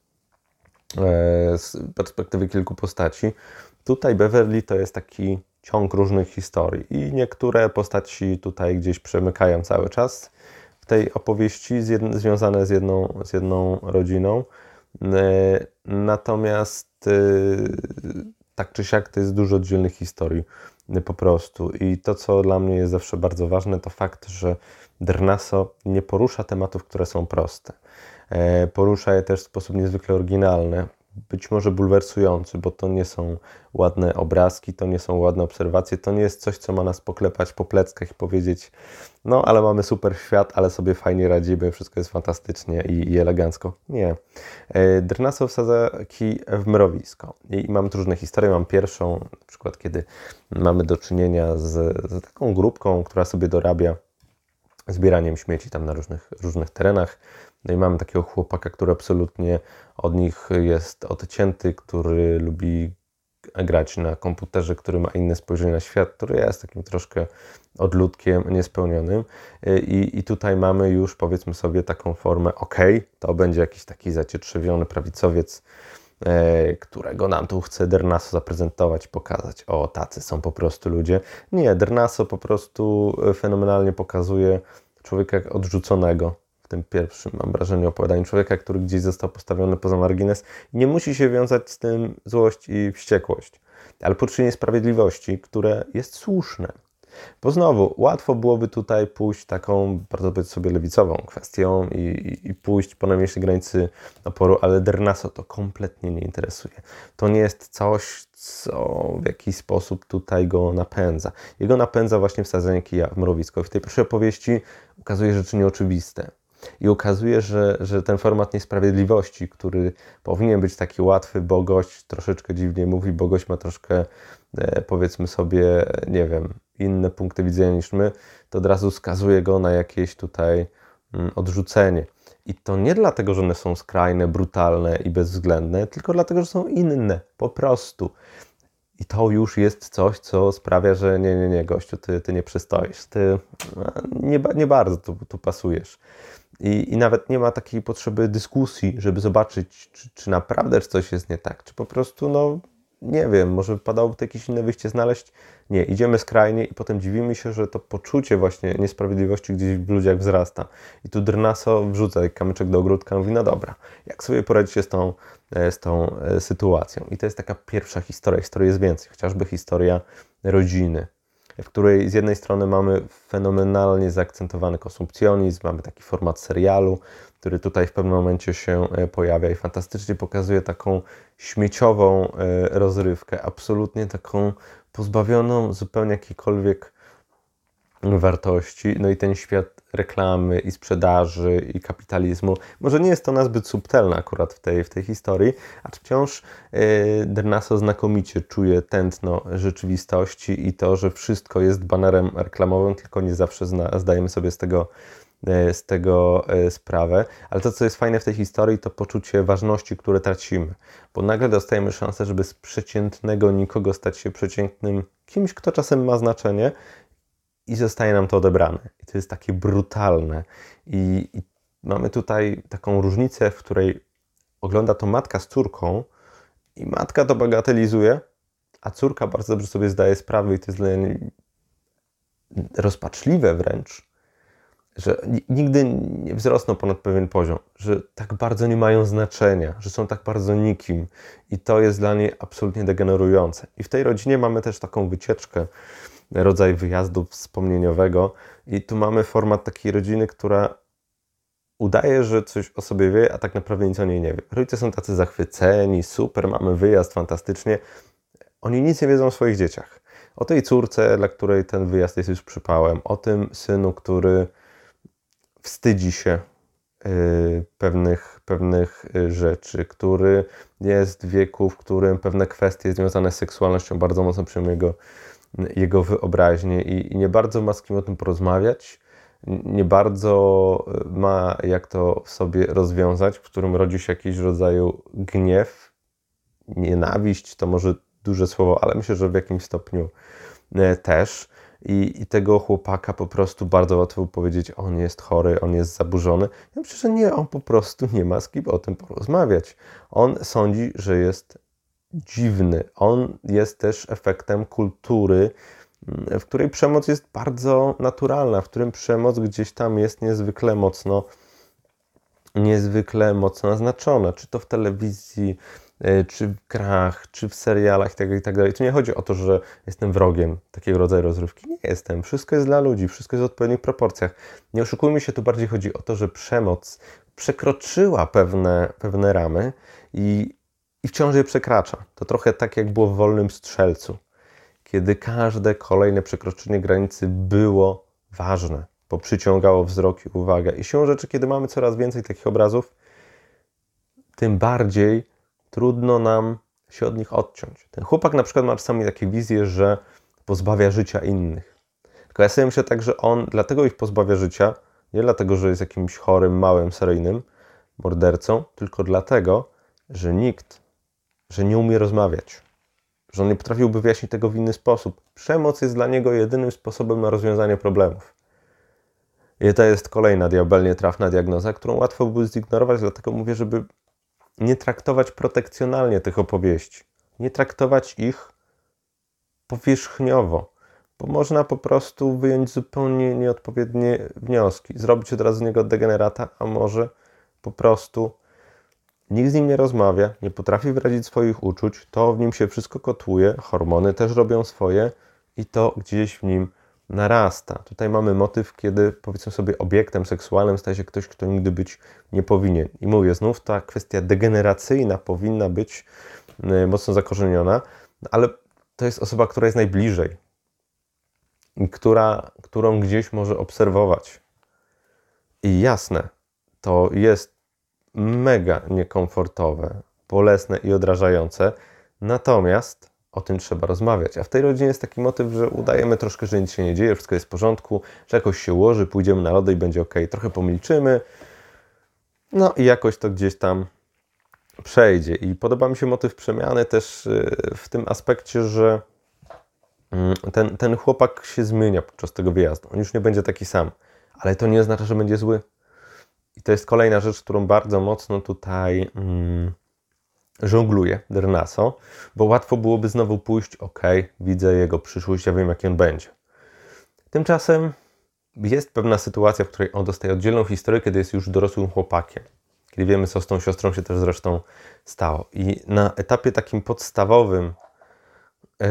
A: e, z perspektywy kilku postaci, tutaj Beverly to jest taki ciąg różnych historii i niektóre postaci tutaj gdzieś przemykają cały czas w tej opowieści z jedn- związane z jedną, z jedną rodziną. E, natomiast e, tak czy siak to jest dużo oddzielnych historii e, po prostu i to, co dla mnie jest zawsze bardzo ważne, to fakt, że Dernaso nie porusza tematów, które są proste. E, porusza je też w sposób niezwykle oryginalny, być może bulwersujący, bo to nie są ładne obrazki, to nie są ładne obserwacje, to nie jest coś, co ma nas poklepać po pleckach i powiedzieć, no ale mamy super świat, ale sobie fajnie radzimy, wszystko jest fantastycznie i, i elegancko. Nie. Dernaso wsadza kij w mrowisko. I mamy tu różne historie. Mam pierwszą, na przykład kiedy mamy do czynienia z, z taką grupką, która sobie dorabia zbieraniem śmieci tam na różnych, różnych terenach. No i mamy takiego chłopaka, który absolutnie od nich jest odcięty, który lubi grać na komputerze, który ma inne spojrzenie na świat, który jest takim troszkę odludkiem niespełnionym. I, i tutaj mamy już, powiedzmy sobie, taką formę, ok, to będzie jakiś taki zacietrzewiony prawicowiec, e, którego nam tu chce Dernaso zaprezentować, pokazać. O, tacy są po prostu ludzie. Nie, Dernaso po prostu fenomenalnie pokazuje człowieka odrzuconego. W tym pierwszym, mam wrażenie, opowiadaniu człowieka, który gdzieś został postawiony poza margines. Nie musi się wiązać z tym złość i wściekłość, ale poczucie niesprawiedliwości, które jest słuszne. Bo znowu, łatwo byłoby tutaj pójść taką, bardzo powiedzmy sobie, lewicową kwestią i, i, i pójść po najmniejszej granicy oporu, ale Dernaso to kompletnie nie interesuje. To nie jest coś, co w jakiś sposób tutaj go napędza. Jego napędza właśnie wsadzenie kija w mrowisko. W tej pierwszej opowieści ukazuje rzeczy nieoczywiste. I ukazuje, że, że ten format niesprawiedliwości, który powinien być taki łatwy, bo gość troszeczkę dziwnie mówi, bo gość ma troszkę, e, powiedzmy sobie, nie wiem, inne punkty widzenia niż my, to od razu skazuje go na jakieś tutaj mm, odrzucenie. I to nie dlatego, że one są skrajne, brutalne i bezwzględne, tylko dlatego, że są inne, po prostu. I to już jest coś, co sprawia, że nie, nie, nie, gościu, ty, ty nie przystoisz, ty nie, nie bardzo tu, tu pasujesz. I, I nawet nie ma takiej potrzeby dyskusji, żeby zobaczyć, czy, czy naprawdę coś jest nie tak, czy po prostu, no nie wiem, może wypadałoby to jakieś inne wyjście znaleźć. Nie, idziemy skrajnie i potem dziwimy się, że to poczucie właśnie niesprawiedliwości gdzieś w ludziach wzrasta. I tu Dernaso wrzuca jak kamyczek do ogródka, mówi, no dobra, jak sobie poradzić się z tą, z tą sytuacją. I to jest taka pierwsza historia, historii jest więcej, chociażby historia rodziny, w której z jednej strony mamy fenomenalnie zaakcentowany konsumpcjonizm, mamy taki format serialu, który tutaj w pewnym momencie się pojawia i fantastycznie pokazuje taką śmieciową rozrywkę, absolutnie taką pozbawioną zupełnie jakiejkolwiek wartości. No i ten świat reklamy i sprzedaży i kapitalizmu. Może nie jest to nazbyt subtelne akurat w tej, w tej historii, acz wciąż yy, Dernaso znakomicie czuje tętno rzeczywistości i to, że wszystko jest banerem reklamowym, tylko nie zawsze zna, zdajemy sobie z tego, yy, z tego yy, sprawę. Ale to, co jest fajne w tej historii, to poczucie ważności, które tracimy. Bo nagle dostajemy szansę, żeby z przeciętnego nikogo stać się przeciętnym kimś, kto czasem ma znaczenie, i zostaje nam to odebrane. I to jest takie brutalne. I, I mamy tutaj taką różnicę, w której ogląda to matka z córką i matka to bagatelizuje, a córka bardzo dobrze sobie zdaje sprawę i to jest dla niej rozpaczliwe wręcz, że nigdy nie wzrosną ponad pewien poziom, że tak bardzo nie mają znaczenia, że są tak bardzo nikim i to jest dla niej absolutnie degenerujące. I w tej rodzinie mamy też taką wycieczkę, rodzaj wyjazdu wspomnieniowego i tu mamy format takiej rodziny, która udaje, że coś o sobie wie, a tak naprawdę nic o niej nie wie. Rodzice są tacy zachwyceni, super, mamy wyjazd, fantastycznie. Oni nic nie wiedzą o swoich dzieciach. O tej córce, dla której ten wyjazd jest już przypałem, o tym synu, który wstydzi się yy, pewnych, pewnych rzeczy, który jest w wieku, w którym pewne kwestie związane z seksualnością bardzo mocno przyjmują jego jego wyobraźnię i, i nie bardzo ma z kim o tym porozmawiać, nie bardzo ma jak to w sobie rozwiązać, w którym rodzi się jakiś rodzaju gniew, nienawiść, to może duże słowo, ale myślę, że w jakimś stopniu też. I, I tego chłopaka po prostu bardzo łatwo powiedzieć, on jest chory, on jest zaburzony. Ja myślę, że nie, on po prostu nie ma z kim o tym porozmawiać. On sądzi, że jest dziwny. On jest też efektem kultury, w której przemoc jest bardzo naturalna, w którym przemoc gdzieś tam jest niezwykle mocno, niezwykle mocno naznaczona. Czy to w telewizji, czy w grach, czy w serialach itd., itd. Tu nie chodzi o to, że jestem wrogiem takiego rodzaju rozrywki. Nie jestem. Wszystko jest dla ludzi, wszystko jest w odpowiednich proporcjach. Nie oszukujmy się, tu bardziej chodzi o to, że przemoc przekroczyła pewne, pewne ramy i I wciąż je przekracza. To trochę tak, jak było w Wolnym Strzelcu, kiedy każde kolejne przekroczenie granicy było ważne, bo przyciągało wzrok i uwagę. I siłą rzeczy, kiedy mamy coraz więcej takich obrazów, tym bardziej trudno nam się od nich odciąć. Ten chłopak na przykład ma czasami takie wizje, że pozbawia życia innych. Tylko ja sobie myślę tak, że on dlatego ich pozbawia życia, nie dlatego, że jest jakimś chorym, małym, seryjnym mordercą, tylko dlatego, że nikt, że nie umie rozmawiać, że on nie potrafiłby wyjaśnić tego w inny sposób. Przemoc jest dla niego jedynym sposobem na rozwiązanie problemów. I to jest kolejna diabelnie trafna diagnoza, którą łatwo by zignorować, dlatego mówię, żeby nie traktować protekcjonalnie tych opowieści, nie traktować ich powierzchniowo, bo można po prostu wyjąć zupełnie nieodpowiednie wnioski, zrobić od razu z niego degenerata, a może po prostu nikt z nim nie rozmawia, nie potrafi wyrazić swoich uczuć, to w nim się wszystko kotłuje, hormony też robią swoje i to gdzieś w nim narasta. Tutaj mamy motyw, kiedy powiedzmy sobie obiektem seksualnym staje się ktoś, kto nigdy być nie powinien. I mówię, znów ta kwestia degeneracyjna powinna być mocno zakorzeniona, ale to jest osoba, która jest najbliżej i która, którą gdzieś może obserwować. I jasne, to jest mega niekomfortowe, bolesne i odrażające, natomiast o tym trzeba rozmawiać. A w tej rodzinie jest taki motyw, że udajemy troszkę, że nic się nie dzieje, wszystko jest w porządku, że jakoś się ułoży, pójdziemy na lody i będzie ok, trochę pomilczymy, no i jakoś to gdzieś tam przejdzie. I podoba mi się motyw przemiany też w tym aspekcie, że ten, ten chłopak się zmienia podczas tego wyjazdu. On już nie będzie taki sam, ale to nie oznacza, że będzie zły. I to jest kolejna rzecz, którą bardzo mocno tutaj mm, żongluje Dernaso, bo łatwo byłoby znowu pójść, ok, widzę jego przyszłość, ja wiem, jaki on będzie. Tymczasem jest pewna sytuacja, w której on dostaje oddzielną historię, kiedy jest już dorosłym chłopakiem. Kiedy wiemy, co z tą siostrą się też zresztą stało. I na etapie takim podstawowym yy,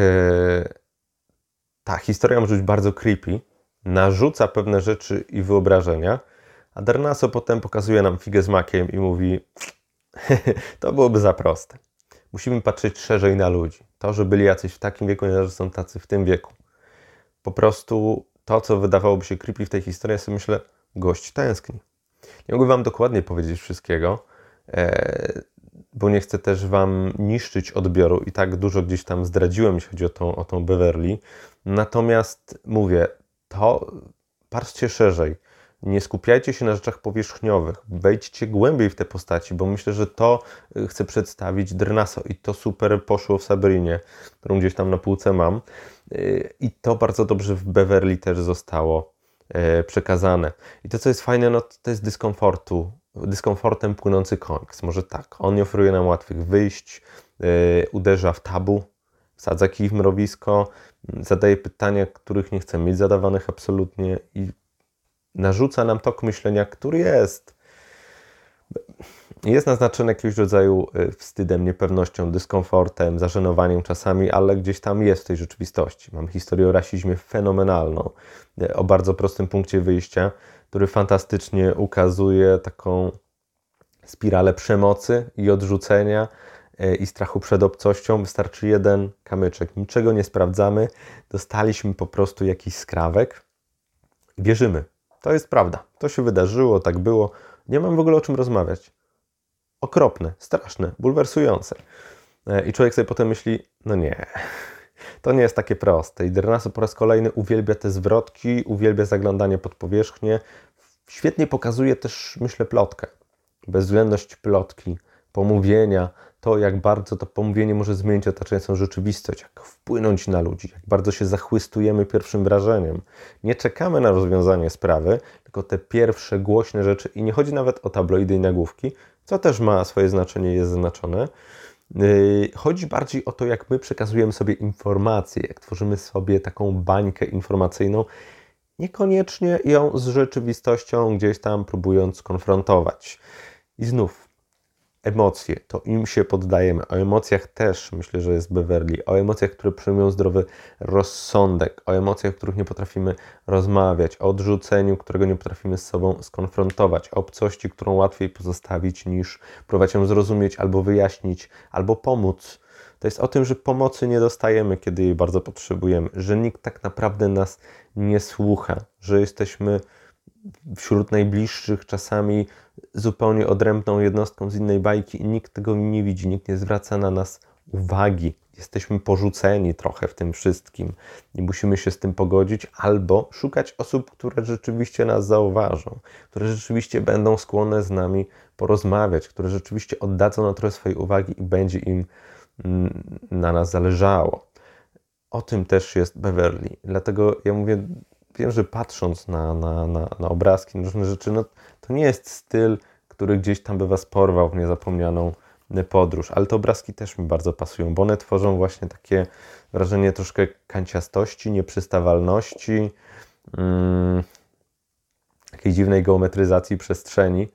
A: ta historia może być bardzo creepy, narzuca pewne rzeczy i wyobrażenia, a Dernaso potem pokazuje nam figę z makiem i mówi, to byłoby za proste. Musimy patrzeć szerzej na ludzi. To, że byli jacyś w takim wieku, nie znaczy, że są tacy w tym wieku. Po prostu to, co wydawałoby się creepy w tej historii, ja sobie myślę, gość tęskni. Nie mogę wam dokładnie powiedzieć wszystkiego, bo nie chcę też wam niszczyć odbioru i tak dużo gdzieś tam zdradziłem, jeśli chodzi o tą, o tą Beverly. Natomiast mówię, to patrzcie szerzej. Nie skupiajcie się na rzeczach powierzchniowych. Wejdźcie głębiej w te postaci, bo myślę, że to chce przedstawić Dernaso i to super poszło w Sabrinie, którą gdzieś tam na półce mam. I to bardzo dobrze w Beverly też zostało przekazane. I to, co jest fajne, no to jest dyskomfortu, dyskomfortem płynący komiks. Może tak, on nie oferuje nam łatwych wyjść, uderza w tabu, wsadza kij w mrowisko, zadaje pytania, których nie chcemy mieć zadawanych absolutnie i narzuca nam tok myślenia, który jest. Jest naznaczony jakiegoś rodzaju wstydem, niepewnością, dyskomfortem, zażenowaniem czasami, ale gdzieś tam jest w tej rzeczywistości. Mam historię o rasizmie fenomenalną, o bardzo prostym punkcie wyjścia, który fantastycznie ukazuje taką spiralę przemocy i odrzucenia i strachu przed obcością. Wystarczy jeden kamyczek. Niczego nie sprawdzamy. Dostaliśmy po prostu jakiś skrawek. Wierzymy. To jest prawda. To się wydarzyło, tak było. Nie mam w ogóle o czym rozmawiać. Okropne, straszne, bulwersujące. I człowiek sobie potem myśli, no nie, to nie jest takie proste. I Dernaso po raz kolejny uwielbia te zwrotki, uwielbia zaglądanie pod powierzchnię. Świetnie pokazuje też, myślę, plotkę. Bezwzględność plotki, pomówienia, to jak bardzo to pomówienie może zmienić otaczającą rzeczywistość, jak wpłynąć na ludzi, jak bardzo się zachłystujemy pierwszym wrażeniem. Nie czekamy na rozwiązanie sprawy, tylko te pierwsze głośne rzeczy i nie chodzi nawet o tabloidy i nagłówki, co też ma swoje znaczenie, jest zaznaczone. Yy, chodzi bardziej o to, jak my przekazujemy sobie informacje, jak tworzymy sobie taką bańkę informacyjną, niekoniecznie ją z rzeczywistością gdzieś tam próbując skonfrontować. I znów, emocje, to im się poddajemy. O emocjach też myślę, że jest Beverly. O emocjach, które przejmują zdrowy rozsądek. O emocjach, o których nie potrafimy rozmawiać. O odrzuceniu, którego nie potrafimy z sobą skonfrontować. O obcości, którą łatwiej pozostawić niż próbować ją zrozumieć albo wyjaśnić, albo pomóc. To jest o tym, że pomocy nie dostajemy, kiedy jej bardzo potrzebujemy. Że nikt tak naprawdę nas nie słucha. Że jesteśmy wśród najbliższych czasami zupełnie odrębną jednostką z innej bajki i nikt tego nie widzi, nikt nie zwraca na nas uwagi. Jesteśmy porzuceni trochę w tym wszystkim i musimy się z tym pogodzić albo szukać osób, które rzeczywiście nas zauważą, które rzeczywiście będą skłonne z nami porozmawiać, które rzeczywiście oddadzą nam trochę swojej uwagi i będzie im na nas zależało. O tym też jest Beverly. Dlatego ja mówię, wiem, że patrząc na, na, na, na obrazki, na różne rzeczy, no, to nie jest styl, który gdzieś tam by was porwał w niezapomnianą podróż, ale te obrazki też mi bardzo pasują, bo one tworzą właśnie takie wrażenie troszkę kanciastości, nieprzystawalności, mm, takiej dziwnej geometryzacji przestrzeni.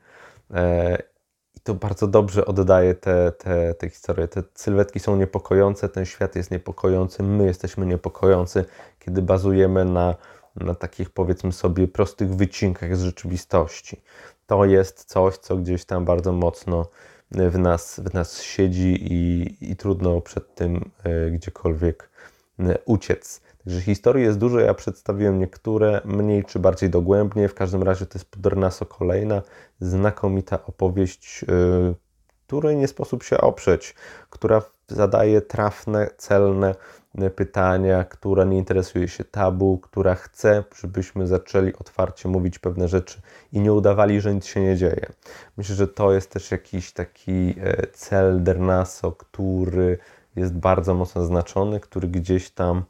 A: I to bardzo dobrze oddaje te, te, te historie. Te sylwetki są niepokojące, ten świat jest niepokojący, my jesteśmy niepokojący, kiedy bazujemy na, na takich, powiedzmy sobie, prostych wycinkach z rzeczywistości. To jest coś, co gdzieś tam bardzo mocno w nas, w nas siedzi i, i trudno przed tym y, gdziekolwiek y, uciec. Także historii jest dużo, ja przedstawiłem niektóre mniej czy bardziej dogłębnie. W każdym razie to jest Pudernaso kolejna znakomita opowieść, yy, której nie sposób się oprzeć, która zadaje trafne, celne pytania, która nie interesuje się tabu, która chce, żebyśmy zaczęli otwarcie mówić pewne rzeczy i nie udawali, że nic się nie dzieje. Myślę, że to jest też jakiś taki cel Dernaso, który jest bardzo mocno zaznaczony, który gdzieś tam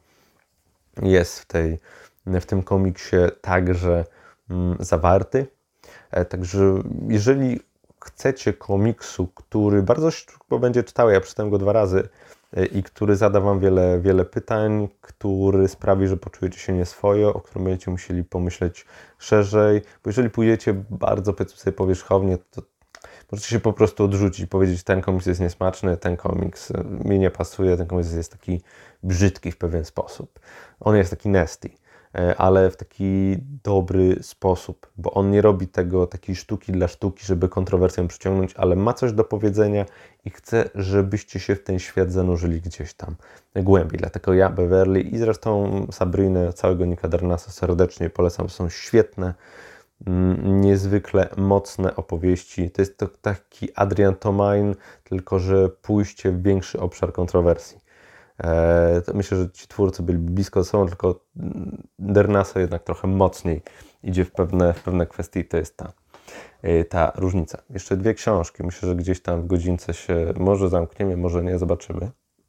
A: jest w, tej, w tym komiksie także mm, zawarty. E, także jeżeli chcecie komiksu, który bardzo szybko będzie czytał, ja przeczytałem go dwa razy e, i który zada Wam wiele, wiele pytań, który sprawi, że poczujecie się nieswojo, o którym będziecie musieli pomyśleć szerzej, bo jeżeli pójdziecie bardzo, powiedzmy sobie, powierzchownie, to możecie się po prostu odrzucić, powiedzieć, ten komiks jest niesmaczny, ten komiks mi nie pasuje, ten komiks jest taki brzydki w pewien sposób. On jest taki nasty, ale w taki dobry sposób, bo on nie robi tego takiej sztuki dla sztuki, żeby kontrowersję przyciągnąć, ale ma coś do powiedzenia i chce, żebyście się w ten świat zanurzyli gdzieś tam głębiej. Dlatego ja, Beverly i zresztą Sabrinę, całego Nika Dernasa serdecznie polecam, są świetne, niezwykle mocne opowieści. To jest to taki Adrian Tomain, tylko że pójście w większy obszar kontrowersji. Eee, to myślę, że ci twórcy byli blisko ze sobą, tylko Dernaso jednak trochę mocniej idzie w pewne, w pewne kwestie, to jest ta, ta różnica. Jeszcze dwie książki, myślę, że gdzieś tam w godzince się może zamkniemy, może nie, zobaczymy.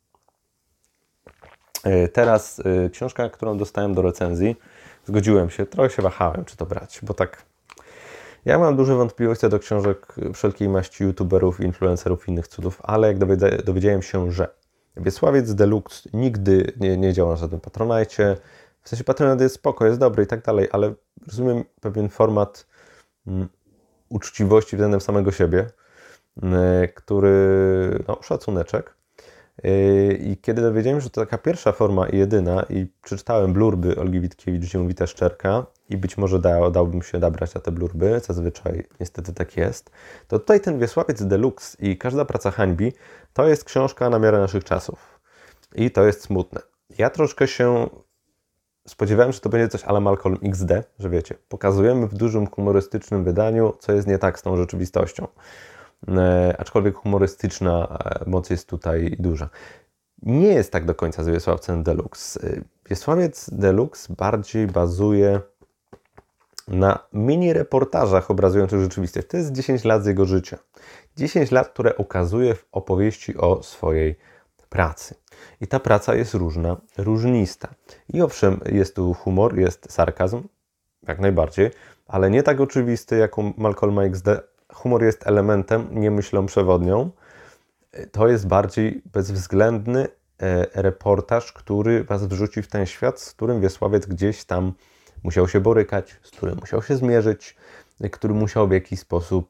A: Eee, teraz e, książka, którą dostałem do recenzji, zgodziłem się, trochę się wahałem, czy to brać, bo tak ja mam duże wątpliwości do książek wszelkiej maści youtuberów, influencerów i innych cudów, ale jak dowiedziałem się, że Wiesławiec Deluxe nigdy nie, nie działa na żadnym Patronite, w sensie Patronite jest spoko, jest dobry i tak dalej, ale rozumiem pewien format um, uczciwości względem samego siebie, um, który, no, szacuneczek. I kiedy dowiedziałem się, że to taka pierwsza forma i jedyna i przeczytałem blurby Olgi Witkiewicz, gdzie mówi ta szczerka i być może da, dałbym się nabrać na te blurby, zazwyczaj niestety tak jest, to tutaj ten Wiesławiec Deluxe i Każda praca hańbi to jest książka na miarę naszych czasów i to jest smutne. Ja troszkę się spodziewałem, że to będzie coś a la Malcolm X D, że wiecie, pokazujemy w dużym humorystycznym wydaniu, co jest nie tak z tą rzeczywistością. E, aczkolwiek humorystyczna moc jest tutaj duża. Nie jest tak do końca z Wiesławcem Deluxe. Wiesławiec Deluxe bardziej bazuje na mini reportażach obrazujących rzeczywistość. To jest dziesięć lat z jego życia. dziesięć lat, które ukazuje w opowieści o swojej pracy. I ta praca jest różna, różnista. I owszem, jest tu humor, jest sarkazm, jak najbardziej, ale nie tak oczywisty jak u Malcolma X D. Humor jest elementem, nie myślą przewodnią. To jest bardziej bezwzględny reportaż, który Was wrzuci w ten świat, z którym Wiesławiec gdzieś tam musiał się borykać, z którym musiał się zmierzyć, który musiał w jakiś sposób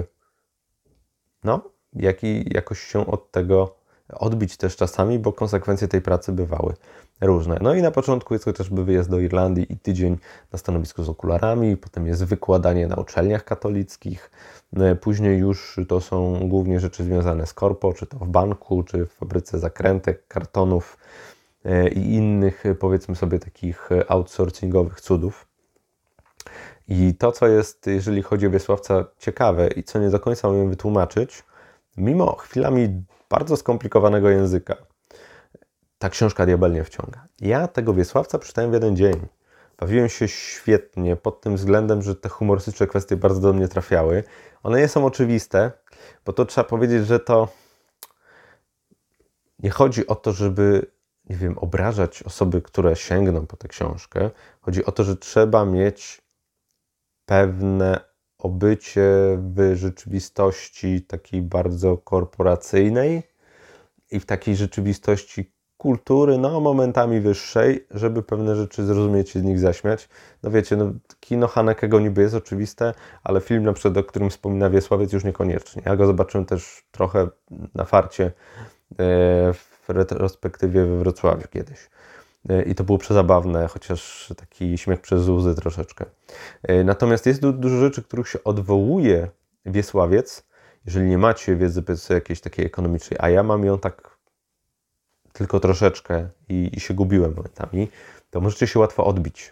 A: no, jaki, jakoś się od tego odbić też czasami, bo konsekwencje tej pracy bywały różne. No i na początku jest chociażby wyjazd do Irlandii i tydzień na stanowisku z okularami, potem jest wykładanie na uczelniach katolickich, później już to są głównie rzeczy związane z korpo, czy to w banku, czy w fabryce zakrętek, kartonów i innych, powiedzmy sobie, takich outsourcingowych cudów. I to, co jest, jeżeli chodzi o Wiesławca, ciekawe i co nie do końca umiem wytłumaczyć, mimo chwilami bardzo skomplikowanego języka, ta książka diabelnie wciąga. Ja tego Wiesławca przeczytałem w jeden dzień. Bawiłem się świetnie pod tym względem, że te humorystyczne kwestie bardzo do mnie trafiały. One nie są oczywiste, bo to trzeba powiedzieć, że to nie chodzi o to, żeby, nie wiem, obrażać osoby, które sięgną po tę książkę. Chodzi o to, że trzeba mieć pewne o bycie w rzeczywistości takiej bardzo korporacyjnej i w takiej rzeczywistości kultury, no momentami wyższej, żeby pewne rzeczy zrozumieć i z nich zaśmiać. No wiecie, no, kino Hanekego niby jest oczywiste, ale film na przykład, o którym wspomina Wiesławiec, już niekoniecznie. Ja go zobaczyłem też trochę na farcie w retrospektywie we Wrocławiu kiedyś. I to było przezabawne, chociaż taki śmiech przez łzy troszeczkę. Natomiast jest du- dużo rzeczy, których się odwołuje Wiesławiec, jeżeli nie macie wiedzy jakiejś takiej ekonomicznej, a ja mam ją tak tylko troszeczkę i, i się gubiłem momentami, to możecie się łatwo odbić.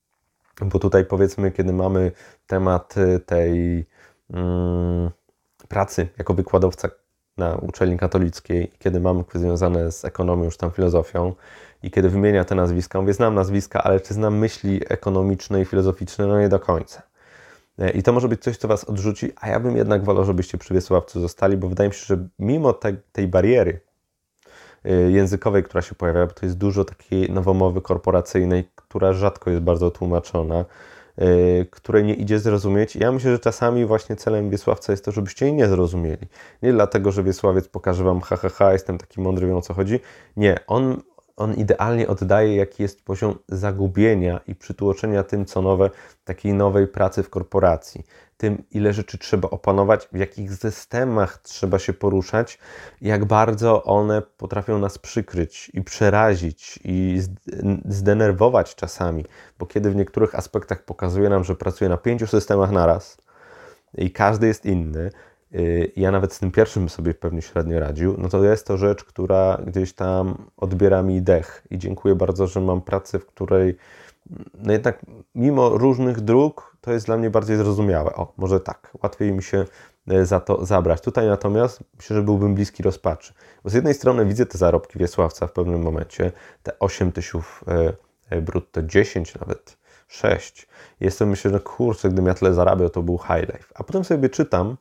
A: Bo tutaj powiedzmy, kiedy mamy temat tej mm, pracy jako wykładowca na uczelni katolickiej, kiedy mamy kwestie związane z ekonomią, już tam filozofią i kiedy wymienia te nazwiska, mówię, znam nazwiska, ale czy znam myśli ekonomiczne i filozoficzne? No nie do końca. I to może być coś, co was odrzuci, a ja bym jednak wolał, żebyście przy Wiesławcu zostali, bo wydaje mi się, że mimo te, tej bariery językowej, która się pojawia, bo to jest dużo takiej nowomowy korporacyjnej, która rzadko jest bardzo tłumaczona, yy, której nie idzie zrozumieć. Ja myślę, że czasami właśnie celem Wiesławca jest to, żebyście jej nie zrozumieli. Nie dlatego, że Wiesławiec pokaże wam ha, ha, ha, jestem taki mądry, wiem o co chodzi. Nie, on, on idealnie oddaje, jaki jest poziom zagubienia i przytłoczenia tym, co nowe, takiej nowej pracy w korporacji. Tym, ile rzeczy trzeba opanować, w jakich systemach trzeba się poruszać, jak bardzo one potrafią nas przykryć i przerazić i zdenerwować czasami, bo kiedy w niektórych aspektach pokazuje nam, że pracuje na pięciu systemach naraz i każdy jest inny, ja nawet z tym pierwszym sobie pewnie średnio radził, no to jest to rzecz, która gdzieś tam odbiera mi dech i dziękuję bardzo, że mam pracę, w której no jednak mimo różnych dróg to jest dla mnie bardziej zrozumiałe. O, może tak, łatwiej mi się za to zabrać. Tutaj natomiast myślę, że byłbym bliski rozpaczy. Bo z jednej strony widzę te zarobki Wiesławca w pewnym momencie, te osiem tysięcy brutto, dziesięć nawet, sześć. Jestem, myślę, że kurczę, gdybym ja tyle zarabiał, to był high life. A potem sobie czytam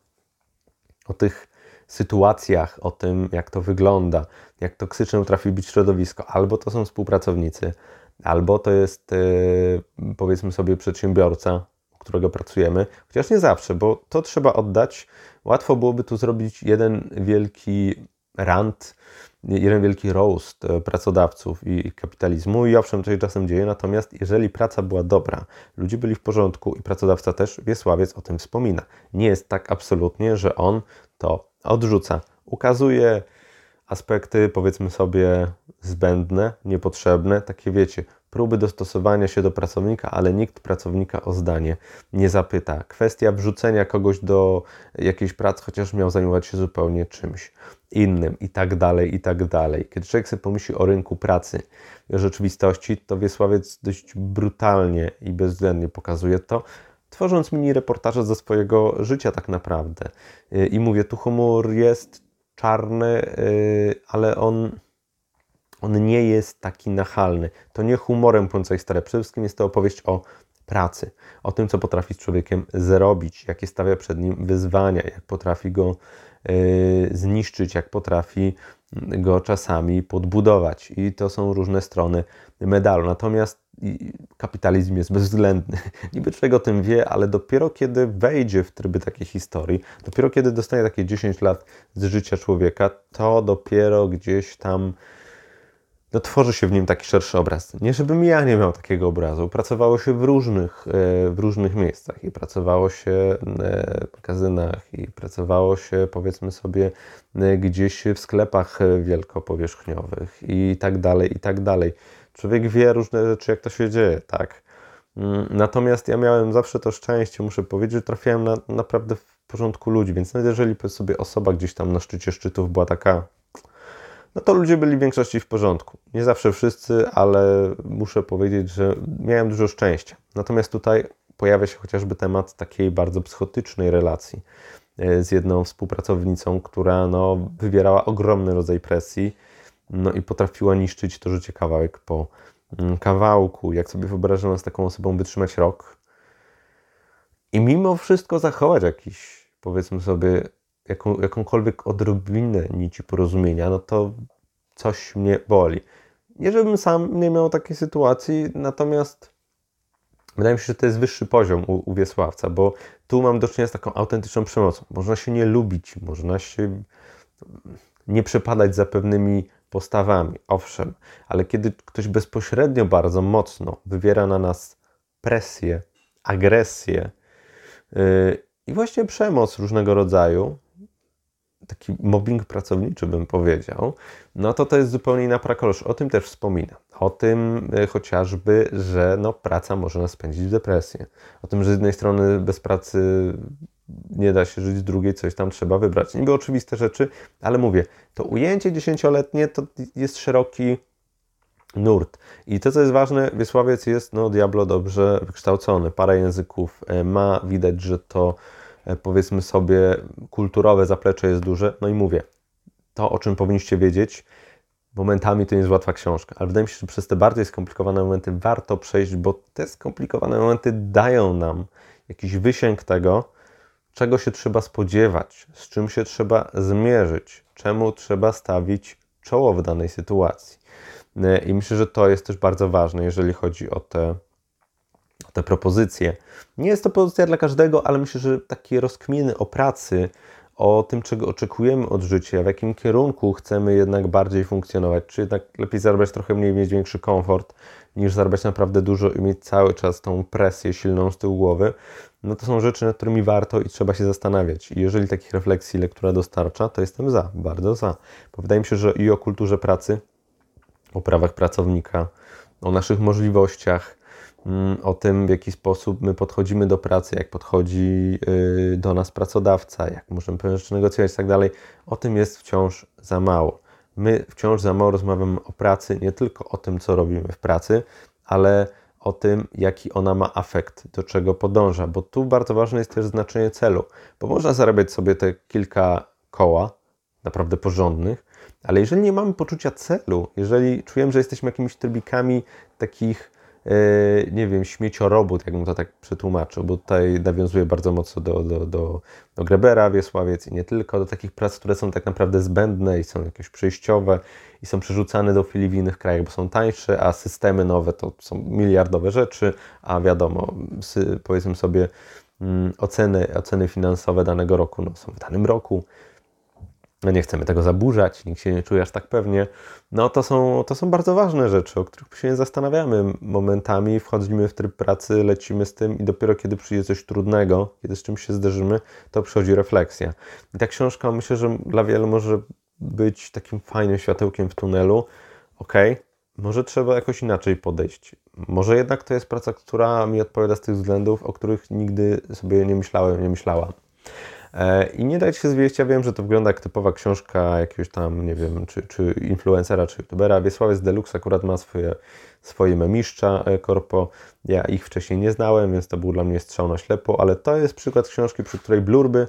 A: o tych sytuacjach, o tym, jak to wygląda, jak toksyczne potrafi być środowisko. Albo to są współpracownicy, albo to jest, yy, powiedzmy sobie, przedsiębiorca, u którego pracujemy. Chociaż nie zawsze, bo to trzeba oddać. Łatwo byłoby tu zrobić jeden wielki rant, jeden wielki roast pracodawców i kapitalizmu i owszem, to się czasem dzieje, natomiast jeżeli praca była dobra, ludzie byli w porządku i pracodawca też, Wiesławiec o tym wspomina. Nie jest tak absolutnie, że on to odrzuca. Ukazuje aspekty, powiedzmy sobie, zbędne, niepotrzebne, takie wiecie, próby dostosowania się do pracownika, ale nikt pracownika o zdanie nie zapyta. Kwestia wrzucenia kogoś do jakiejś pracy, chociaż miał zajmować się zupełnie czymś innym i tak dalej, i tak dalej. Kiedy człowiek sobie pomyśli o rynku pracy i o rzeczywistości, to Wiesławiec dość brutalnie i bezwzględnie pokazuje to, tworząc mini reportaże ze swojego życia tak naprawdę. I mówię, tu humor jest czarny, ale on, on nie jest taki nachalny. To nie humorem płynącej stare. Przede wszystkim jest to opowieść o pracy, o tym, co potrafi z człowiekiem zrobić, jakie stawia przed nim wyzwania, jak potrafi go y, zniszczyć, jak potrafi go czasami podbudować. I to są różne strony medalu. Natomiast kapitalizm jest bezwzględny. Niby człowiek o tym wie, ale dopiero kiedy wejdzie w tryby takiej historii, dopiero kiedy dostanie takie dziesięć lat z życia człowieka, to dopiero gdzieś tam no, tworzy się w nim taki szerszy obraz. Nie żebym ja nie miał takiego obrazu. Pracowało się w różnych, w różnych miejscach i pracowało się w magazynach i pracowało się, powiedzmy sobie, gdzieś w sklepach wielkopowierzchniowych i tak dalej, i tak dalej. Człowiek wie różne rzeczy, jak to się dzieje, tak. Natomiast ja miałem zawsze to szczęście, muszę powiedzieć, że trafiałem na naprawdę w porządku ludzi, więc nawet jeżeli sobie osoba gdzieś tam na szczycie szczytów była taka, no to ludzie byli w większości w porządku. Nie zawsze wszyscy, ale muszę powiedzieć, że miałem dużo szczęścia. Natomiast tutaj pojawia się chociażby temat takiej bardzo psychotycznej relacji z jedną współpracownicą, która no, wywierała ogromny rodzaj presji, no i potrafiła niszczyć to życie kawałek po kawałku. Jak sobie wyobrażam, z taką osobą wytrzymać rok i mimo wszystko zachować jakiś, powiedzmy sobie, jaką, jakąkolwiek odrobinę nici porozumienia, no to coś mnie boli. Nie żebym sam nie miał takiej sytuacji, natomiast Wydaje mi się, że to jest wyższy poziom u, u Wiesławca, bo tu mam do czynienia z taką autentyczną przemocą. Można się nie lubić, można się nie przepadać za pewnymi postawami, owszem, ale kiedy ktoś bezpośrednio bardzo mocno wywiera na nas presję, agresję yy, i właśnie przemoc różnego rodzaju, taki mobbing pracowniczy bym powiedział, no to to jest zupełnie inna para koloszy. O tym też wspomina. O tym y, chociażby, że no, praca może nas spędzić w depresję. O tym, że z jednej strony bez pracy nie da się żyć, z drugiej coś tam trzeba wybrać. Niby oczywiste rzeczy, ale mówię, to ujęcie dziesięcioletnie to jest szeroki nurt. I to, co jest ważne, Wiesławiec jest, no, diablo dobrze wykształcony. Parę języków ma, widać, że to, powiedzmy sobie, kulturowe zaplecze jest duże. No i mówię, to, o czym powinniście wiedzieć, momentami to nie jest łatwa książka, ale wydaje mi się, że przez te bardziej skomplikowane momenty warto przejść, bo te skomplikowane momenty dają nam jakiś wysięg tego, czego się trzeba spodziewać, z czym się trzeba zmierzyć, czemu trzeba stawić czoło w danej sytuacji. I myślę, że to jest też bardzo ważne, jeżeli chodzi o te, o te propozycje. Nie jest to pozycja dla każdego, ale myślę, że takie rozkminy o pracy, o tym, czego oczekujemy od życia, w jakim kierunku chcemy jednak bardziej funkcjonować, czy jednak lepiej zarabiać trochę mniej, mieć większy komfort, niż zarabiać naprawdę dużo i mieć cały czas tą presję silną z tyłu głowy, no to są rzeczy, nad którymi warto i trzeba się zastanawiać. I jeżeli takich refleksji lektura dostarcza, to jestem za, bardzo za. Bo wydaje mi się, że i o kulturze pracy, o prawach pracownika, o naszych możliwościach, o tym, w jaki sposób my podchodzimy do pracy, jak podchodzi do nas pracodawca, jak możemy pewne rzeczy negocjować i tak dalej, o tym jest wciąż za mało. My wciąż za mało rozmawiamy o pracy, nie tylko o tym, co robimy w pracy, ale o tym, jaki ona ma afekt, do czego podąża, bo tu bardzo ważne jest też znaczenie celu, bo można zarabiać sobie te kilka koła, naprawdę porządnych, ale jeżeli nie mamy poczucia celu, jeżeli czujemy, że jesteśmy jakimiś trybikami takich, yy, nie wiem, śmieciorobót, jakbym to tak przetłumaczył, bo tutaj nawiązuje bardzo mocno do, do, do, do Grebera, Wiesławiec i nie tylko, do takich prac, które są tak naprawdę zbędne i są jakieś przejściowe i są przerzucane do chwili w innych krajach, bo są tańsze, a systemy nowe to są miliardowe rzeczy, a wiadomo, powiedzmy sobie, mm, oceny, oceny finansowe danego roku no, są w danym roku. No nie chcemy tego zaburzać, nikt się nie czuje aż tak pewnie. No to są, to są bardzo ważne rzeczy, o których się nie zastanawiamy momentami. Wchodzimy w tryb pracy, lecimy z tym i dopiero kiedy przyjdzie coś trudnego, kiedy z czymś się zderzymy, to przychodzi refleksja. I ta książka myślę, że dla wielu może być takim fajnym światełkiem w tunelu. Okej, okay, może trzeba jakoś inaczej podejść. Może jednak to jest praca, która mi odpowiada z tych względów, o których nigdy sobie nie myślałem, nie myślałam. I nie dajcie się zwieść, ja wiem, że to wygląda jak typowa książka jakiegoś tam, nie wiem, czy, czy influencera, czy youtubera. Wiesławiec Deluxe akurat ma swoje, swoje memiszcza korpo. Ja ich wcześniej nie znałem, więc to był dla mnie strzał na ślepo, ale to jest przykład książki, przy której blurby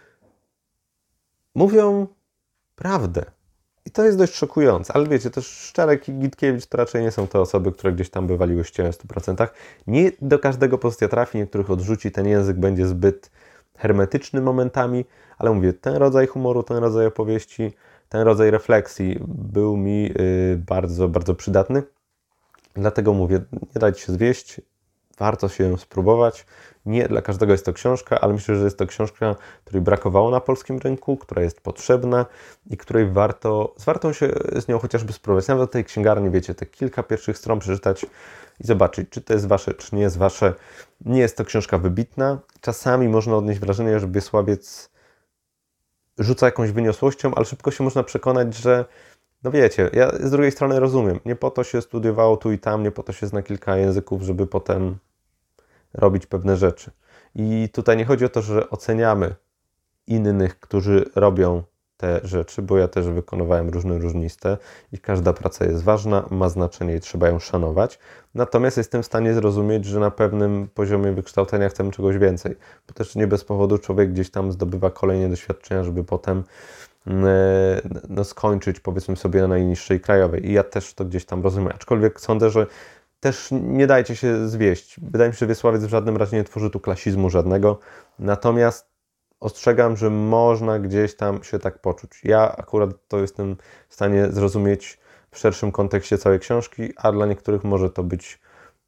A: mówią prawdę. I to jest dość szokujące, ale wiecie, też Szczerek i Gitkiewicz to raczej nie są te osoby, które gdzieś tam bywaliły ścierem w stu procentach. Nie do każdego pozycja trafi, niektórych odrzuci, ten język będzie zbyt hermetyczny momentami, ale mówię, ten rodzaj humoru, ten rodzaj opowieści, ten rodzaj refleksji był mi yy, bardzo, bardzo przydatny. Dlatego mówię, nie dajcie się zwieść, warto się spróbować. Nie dla każdego jest to książka, ale myślę, że jest to książka, której brakowało na polskim rynku, która jest potrzebna i której warto, warto się z nią chociażby spróbować. Nawet do tej księgarni, wiecie, te kilka pierwszych stron przeczytać i zobaczyć, czy to jest wasze, czy nie jest wasze. Nie jest to książka wybitna. Czasami można odnieść wrażenie, że Wiesławiec rzuca jakąś wyniosłością, ale szybko się można przekonać, że no wiecie, ja z drugiej strony rozumiem, nie po to się studiowało tu i tam, nie po to się zna kilka języków, żeby potem robić pewne rzeczy. I tutaj nie chodzi o to, że oceniamy innych, którzy robią te rzeczy, bo ja też wykonywałem różne różniste i każda praca jest ważna, ma znaczenie i trzeba ją szanować. Natomiast jestem w stanie zrozumieć, że na pewnym poziomie wykształcenia chcemy czegoś więcej, bo też nie bez powodu człowiek gdzieś tam zdobywa kolejne doświadczenia, żeby potem no, skończyć, powiedzmy sobie, na najniższej krajowej. I ja też to gdzieś tam rozumiem. Aczkolwiek sądzę, że też nie dajcie się zwieść. Wydaje mi się, że Wiesławiec w żadnym razie nie tworzy tu klasizmu żadnego. Natomiast ostrzegam, że można gdzieś tam się tak poczuć. Ja akurat to jestem w stanie zrozumieć w szerszym kontekście całej książki, a dla niektórych może to być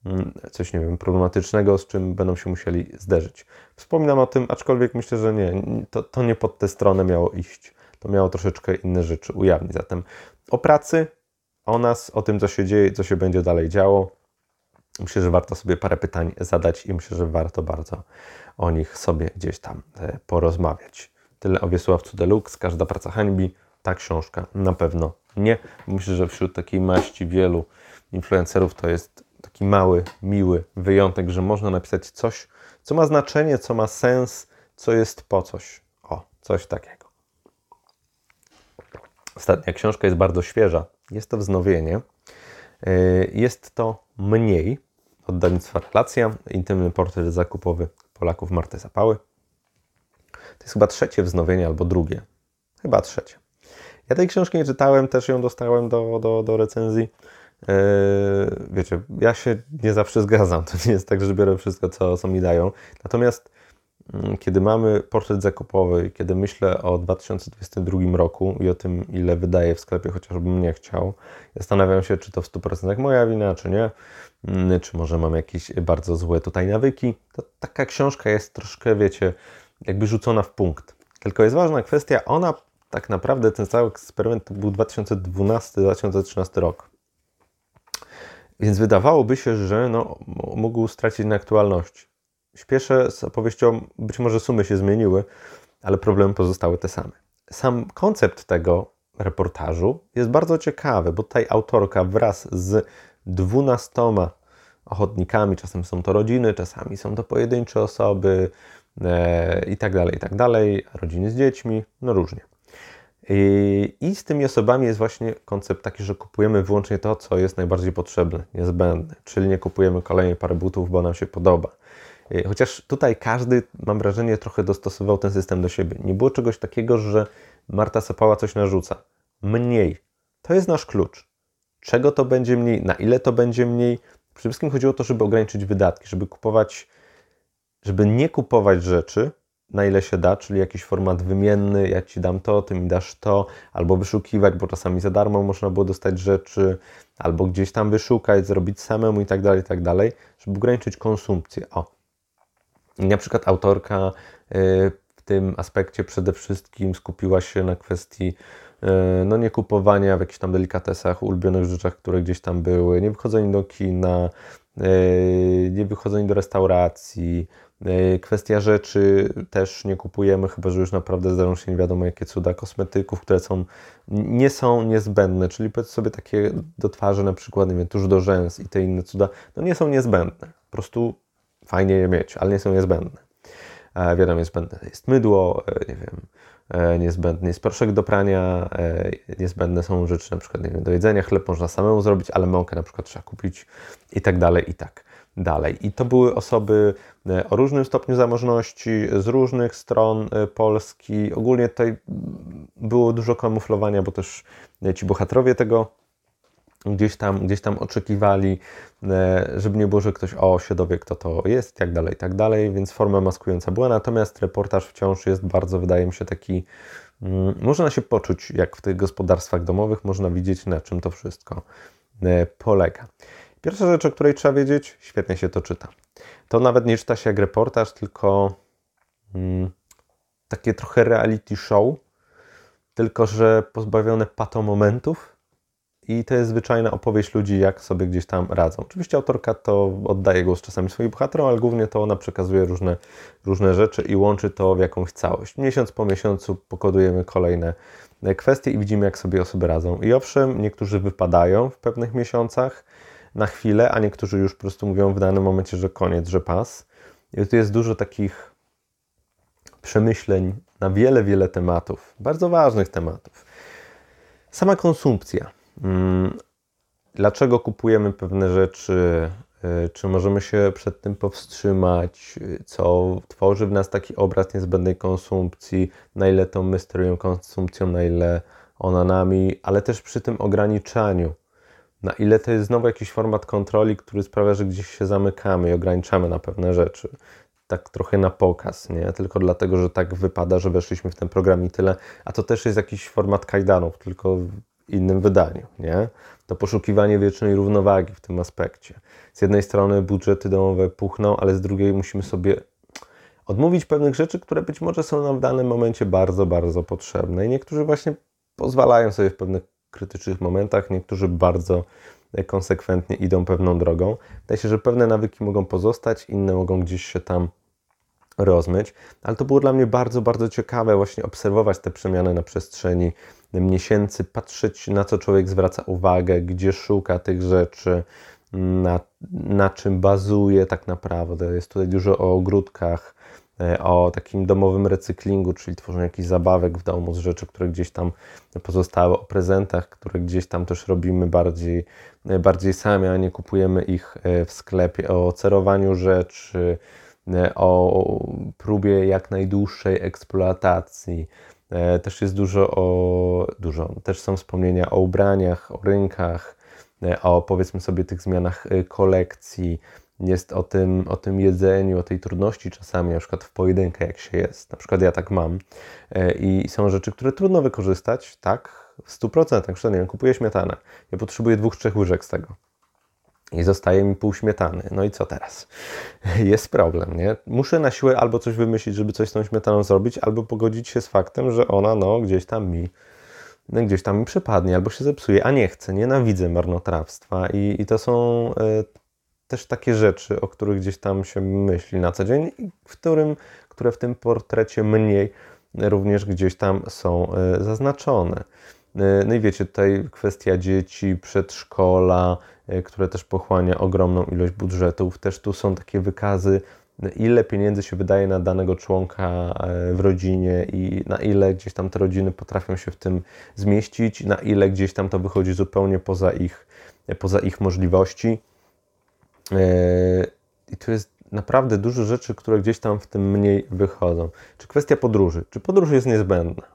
A: coś, nie wiem, problematycznego, z czym będą się musieli zderzyć. Wspominam o tym, aczkolwiek myślę, że nie, to, to nie pod tę stronę miało iść. To miało troszeczkę inne rzeczy ujawnić. Zatem o pracy, o nas, o tym, co się dzieje, co się będzie dalej działo. Myślę, że warto sobie parę pytań zadać i myślę, że warto bardzo o nich sobie gdzieś tam porozmawiać. Tyle o Wiesławcu Deluxe. Każda praca hańbi. Ta książka na pewno nie. Myślę, że wśród takiej maści wielu influencerów to jest taki mały, miły wyjątek, że można napisać coś, co ma znaczenie, co ma sens, co jest po coś. O, coś takiego. Ostatnia książka jest bardzo świeża. Jest to wznowienie. Jest to Mniej od wydawnictwa Relacja. Intymny portret zakupowy Polaków Marty Zapały. To jest chyba trzecie wznowienie albo drugie. Chyba trzecie. Ja tej książki nie czytałem, też ją dostałem do, do, do recenzji. Yy, wiecie, ja się nie zawsze zgadzam. To nie jest tak, że biorę wszystko, co, co mi dają. Natomiast yy, kiedy mamy portret zakupowy, kiedy myślę o dwa tysiące dwudziestym drugim roku i o tym, ile wydaję w sklepie, chociażbym nie chciał, zastanawiam się, czy to w stu procentach moja wina, czy nie. Yy, czy może mam jakieś bardzo złe tutaj nawyki. To taka książka jest troszkę, wiecie, jakby rzucona w punkt. Tylko jest ważna kwestia, ona tak naprawdę, ten cały eksperyment to był dwa tysiące dwunasty do dwa tysiące trzynasty rok. Więc wydawałoby się, że no, mógł stracić na aktualności. Śpieszę z opowieścią, być może sumy się zmieniły, ale problemy pozostały te same. Sam koncept tego reportażu jest bardzo ciekawy, bo tutaj autorka wraz z dwunastoma ochotnikami, czasem są to rodziny, czasami są to pojedyncze osoby e, i tak dalej, i tak dalej, rodziny z dziećmi, no różnie. I, I z tymi osobami jest właśnie koncept taki, że kupujemy wyłącznie to, co jest najbardziej potrzebne, niezbędne, czyli nie kupujemy kolejnej pary butów, bo nam się podoba. I chociaż tutaj każdy, mam wrażenie, trochę dostosował ten system do siebie. Nie było czegoś takiego, że Marta Zapała coś narzuca. Mniej. To jest nasz klucz. Czego to będzie mniej, na ile to będzie mniej. Przede wszystkim chodziło o to, żeby ograniczyć wydatki, żeby kupować, żeby nie kupować rzeczy, na ile się da, czyli jakiś format wymienny, ja Ci dam to, Ty mi dasz to, albo wyszukiwać, bo czasami za darmo można było dostać rzeczy, albo gdzieś tam wyszukać, zrobić samemu i tak dalej, i tak dalej, żeby ograniczyć konsumpcję. O. I na przykład autorka w tym aspekcie przede wszystkim skupiła się na kwestii no nie kupowania w jakichś tam delikatesach, ulubionych rzeczach, które gdzieś tam były, nie wychodzenia do kina, nie wychodzenia do restauracji. Kwestia rzeczy też nie kupujemy, chyba że już naprawdę zdarzą się nie wiadomo jakie cuda kosmetyków, które są, nie są niezbędne, czyli powiedz sobie takie do twarzy na przykład, nie wiem, tuż do rzęs i te inne cuda, no nie są niezbędne, po prostu fajnie je mieć, ale nie są niezbędne. E, wiadomo, niezbędne jest mydło, e, nie wiem, e, niezbędny jest proszek do prania, e, niezbędne są rzeczy na przykład, nie wiem, do jedzenia, chleb można samemu zrobić, ale mąkę na przykład trzeba kupić i tak dalej, i tak dalej. I to były osoby o różnym stopniu zamożności, z różnych stron Polski. Ogólnie tutaj było dużo kamuflowania, bo też ci bohaterowie tego gdzieś tam, gdzieś tam oczekiwali, żeby nie było, że ktoś o, się dowie, kto to jest, i tak dalej, i tak dalej, więc forma maskująca była. Natomiast reportaż wciąż jest bardzo, wydaje mi się, taki, mm, można się poczuć, jak w tych gospodarstwach domowych, można widzieć, na czym to wszystko polega. Pierwsza rzecz, o której trzeba wiedzieć, świetnie się to czyta. To nawet nie czyta się jak reportaż, tylko mm, takie trochę reality show, tylko że pozbawione patomomentów i to jest zwyczajna opowieść ludzi, jak sobie gdzieś tam radzą. Oczywiście autorka to oddaje głos czasami swoim bohaterom, ale głównie to ona przekazuje różne, różne rzeczy i łączy to w jakąś całość. Miesiąc po miesiącu pokodujemy kolejne kwestie i widzimy, jak sobie osoby radzą. I owszem, niektórzy wypadają w pewnych miesiącach, na chwilę, a niektórzy już po prostu mówią w danym momencie, że koniec, że pas. I tu jest dużo takich przemyśleń na wiele, wiele tematów, bardzo ważnych tematów. Sama konsumpcja. Dlaczego kupujemy pewne rzeczy? Czy możemy się przed tym powstrzymać? Co tworzy w nas taki obraz niezbędnej konsumpcji? Na ile to my sterujemy konsumpcją, na ile ona nami, ale też przy tym ograniczaniu. Na ile to jest znowu jakiś format kontroli, który sprawia, że gdzieś się zamykamy i ograniczamy na pewne rzeczy. Tak trochę na pokaz, nie? Tylko dlatego, że tak wypada, że weszliśmy w ten program i tyle. A to też jest jakiś format kajdanów, tylko w innym wydaniu, nie? to poszukiwanie wiecznej równowagi w tym aspekcie. Z jednej strony budżety domowe puchną, ale z drugiej musimy sobie odmówić pewnych rzeczy, które być może są nam w danym momencie bardzo, bardzo potrzebne. I niektórzy właśnie pozwalają sobie w pewnych krytycznych momentach, niektórzy bardzo konsekwentnie idą pewną drogą. Wydaje się, że pewne nawyki mogą pozostać, inne mogą gdzieś się tam rozmyć, ale to było dla mnie bardzo, bardzo ciekawe właśnie obserwować te przemiany na przestrzeni miesięcy, patrzeć na co człowiek zwraca uwagę, gdzie szuka tych rzeczy, na, na czym bazuje tak naprawdę. Jest tutaj dużo o ogródkach, o takim domowym recyklingu, czyli tworzeniu jakichś zabawek w domu z rzeczy, które gdzieś tam pozostały, o prezentach, które gdzieś tam też robimy bardziej, bardziej sami, a nie kupujemy ich w sklepie, o cerowaniu rzeczy, o próbie jak najdłuższej eksploatacji. Też jest dużo o, dużo, też są wspomnienia o ubraniach, o rynkach, o powiedzmy sobie tych zmianach kolekcji. Jest o tym, o tym jedzeniu, o tej trudności czasami, na przykład w pojedynkę jak się jest. Na przykład ja tak mam. I są rzeczy, które trudno wykorzystać, tak, w stu procentach. Na przykład, nie wiem, kupuję śmietanę. Ja potrzebuję dwóch, trzech łyżek z tego. I zostaje mi pół śmietany. No i co teraz? Jest problem, nie? Muszę na siłę albo coś wymyślić, żeby coś z tą śmietaną zrobić, albo pogodzić się z faktem, że ona no gdzieś tam mi no, gdzieś tam mi przypadnie, albo się zepsuje, a nie chcę, nienawidzę marnotrawstwa. I, i to są y, też takie rzeczy, o których gdzieś tam się myśli na co dzień, w którym, które w tym portrecie mniej również gdzieś tam są y, zaznaczone. No i wiecie, tutaj kwestia dzieci, przedszkola, które też pochłania ogromną ilość budżetów. Też tu są takie wykazy, ile pieniędzy się wydaje na danego członka w rodzinie i na ile gdzieś tam te rodziny potrafią się w tym zmieścić, na ile gdzieś tam to wychodzi zupełnie poza ich, poza ich możliwości. I tu jest naprawdę dużo rzeczy, które gdzieś tam w tym mniej wychodzą. Czy kwestia podróży? Czy podróż jest niezbędna?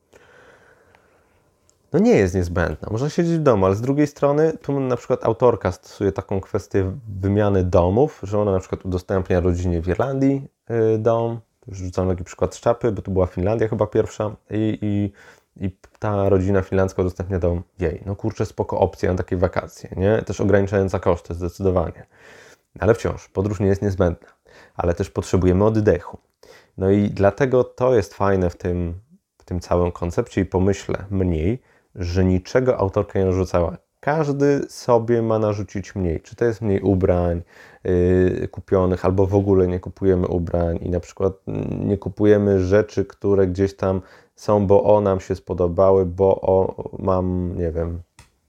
A: No nie jest niezbędna. Można siedzieć w domu, ale z drugiej strony tu na przykład autorka stosuje taką kwestię wymiany domów, że ona na przykład udostępnia rodzinie w Irlandii yy, dom. Rzucam taki przykład z czapy, bo to była Finlandia chyba pierwsza i, i, i ta rodzina finlandzka udostępnia dom jej. No kurczę, spoko opcja na takie wakacje, nie? Też ograniczająca koszty zdecydowanie. Ale wciąż podróż nie jest niezbędna, ale też potrzebujemy oddechu. No i dlatego to jest fajne w tym, w tym całym koncepcie i pomyśle mniej, że niczego autorka nie narzucała. Każdy sobie ma narzucić mniej. Czy to jest mniej ubrań yy, kupionych, albo w ogóle nie kupujemy ubrań i na przykład nie kupujemy rzeczy, które gdzieś tam są, bo o nam się spodobały, bo o, mam, nie wiem,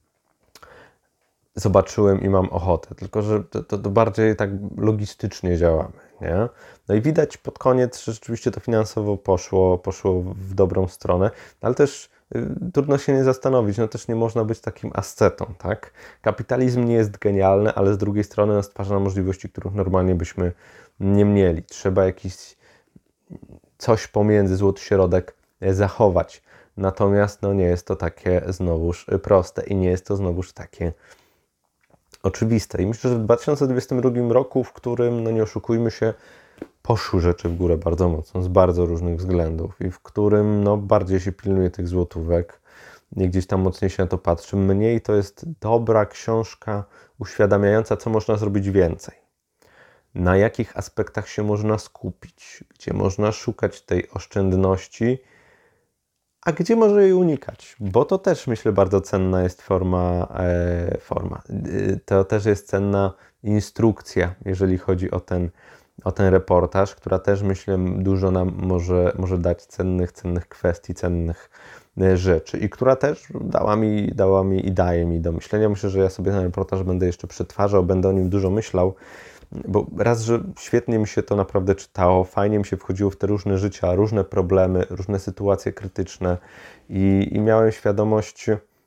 A: zobaczyłem i mam ochotę. Tylko, że to, to, to bardziej tak logistycznie działamy, nie? No i widać pod koniec, że rzeczywiście to finansowo poszło, poszło w dobrą stronę, ale też trudno się nie zastanowić, no też nie można być takim ascetą, tak? Kapitalizm nie jest genialny, ale z drugiej strony no, stwarza możliwości, których normalnie byśmy nie mieli. Trzeba jakiś coś pomiędzy, złoty środek zachować. Natomiast no nie jest to takie znowuż proste i nie jest to znowuż takie oczywiste. I myślę, że w dwa tysiące dwudziestym drugim roku, w którym, no nie oszukujmy się, poszły rzeczy w górę bardzo mocno, z bardzo różnych względów i w którym no, bardziej się pilnuje tych złotówek i gdzieś tam mocniej się na to patrzy. Mniej to jest dobra książka uświadamiająca, co można zrobić więcej. Na jakich aspektach się można skupić, gdzie można szukać tej oszczędności, a gdzie może jej unikać, bo to też myślę bardzo cenna jest forma, e, forma. To też jest cenna instrukcja, jeżeli chodzi o ten o ten reportaż, która też myślę dużo nam może, może dać cennych, cennych kwestii, cennych rzeczy i która też dała mi, dała mi i daje mi do myślenia. Myślę, że ja sobie ten reportaż będę jeszcze przetwarzał, będę o nim dużo myślał, bo raz, że świetnie mi się to naprawdę czytało, fajnie mi się wchodziło w te różne życia, różne problemy, różne sytuacje krytyczne i, i miałem świadomość,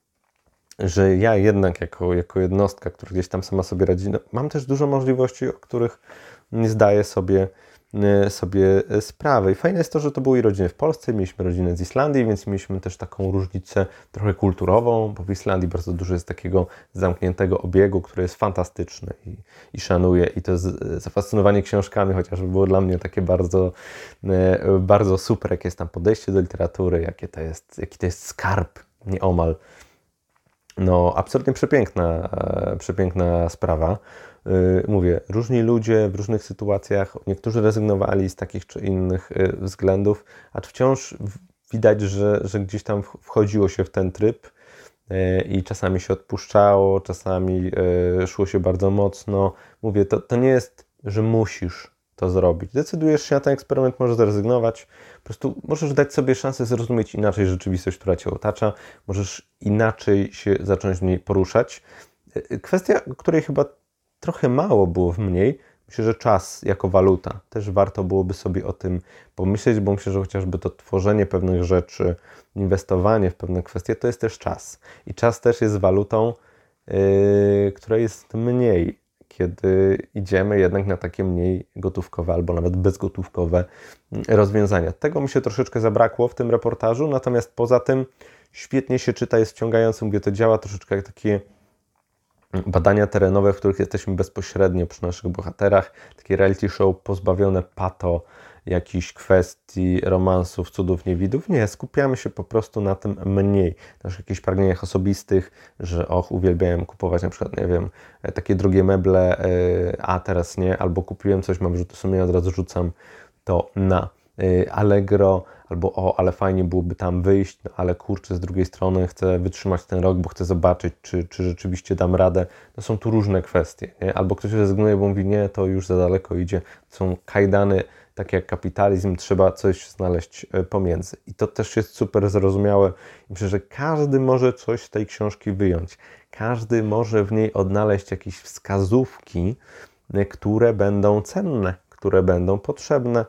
A: że ja jednak jako, jako jednostka, która gdzieś tam sama sobie radzi, no, mam też dużo możliwości, o których nie zdaję sobie, sobie sprawy. I fajne jest to, że to były i rodziny w Polsce, mieliśmy rodzinę z Islandii, więc mieliśmy też taką różnicę trochę kulturową, bo w Islandii bardzo dużo jest takiego zamkniętego obiegu, który jest fantastyczny i, i szanuję. I to zafascynowanie książkami chociażby było dla mnie takie bardzo, bardzo super, jakie jest tam podejście do literatury, jakie to jest, jaki to jest skarb nieomal No, absolutnie przepiękna, e, przepiękna sprawa. Y, Mówię, różni ludzie w różnych sytuacjach, niektórzy rezygnowali z takich czy innych y, względów, acz wciąż w- widać, że, że gdzieś tam w- wchodziło się w ten tryb y, i czasami się odpuszczało, czasami y, szło się bardzo mocno. Mówię, to, to nie jest, że musisz to zrobić. Decydujesz się na ten eksperyment, możesz zrezygnować. Po prostu możesz dać sobie szansę zrozumieć inaczej rzeczywistość, która Cię otacza. Możesz inaczej się zacząć w niej poruszać. Y, Kwestia, której chyba trochę mało było w mniej. Myślę, że czas jako waluta. Też warto byłoby sobie o tym pomyśleć, bo myślę, że chociażby to tworzenie pewnych rzeczy, inwestowanie w pewne kwestie, to jest też czas. I czas też jest walutą, yy, która jest mniej, kiedy idziemy jednak na takie mniej gotówkowe albo nawet bezgotówkowe rozwiązania. Tego mi się troszeczkę zabrakło w tym reportażu, natomiast poza tym świetnie się czyta, jest wciągający, mówię, to działa troszeczkę jak takie badania terenowe, w których jesteśmy bezpośrednio przy naszych bohaterach. Takie reality show pozbawione pato jakichś kwestii, romansów, cudów, niewidów. Nie, skupiamy się po prostu na tym mniej. Na jakichś pragnieniach osobistych, że och, uwielbiałem kupować na przykład, nie wiem, takie drogie meble, a teraz nie, albo kupiłem coś, mam wyrzuty sumienia, od razu rzucam to na Allegro, albo o, ale fajnie byłoby tam wyjść, no ale kurczę, z drugiej strony chcę wytrzymać ten rok, bo chcę zobaczyć, czy, czy rzeczywiście dam radę. No są tu różne kwestie, nie? Albo ktoś rezygnuje, bo mówi, nie, to już za daleko idzie. Są kajdany, tak jak kapitalizm, trzeba coś znaleźć pomiędzy. I to też jest super zrozumiałe. Myślę, że każdy może coś z tej książki wyjąć. Każdy może w niej odnaleźć jakieś wskazówki, które będą cenne, które będą potrzebne,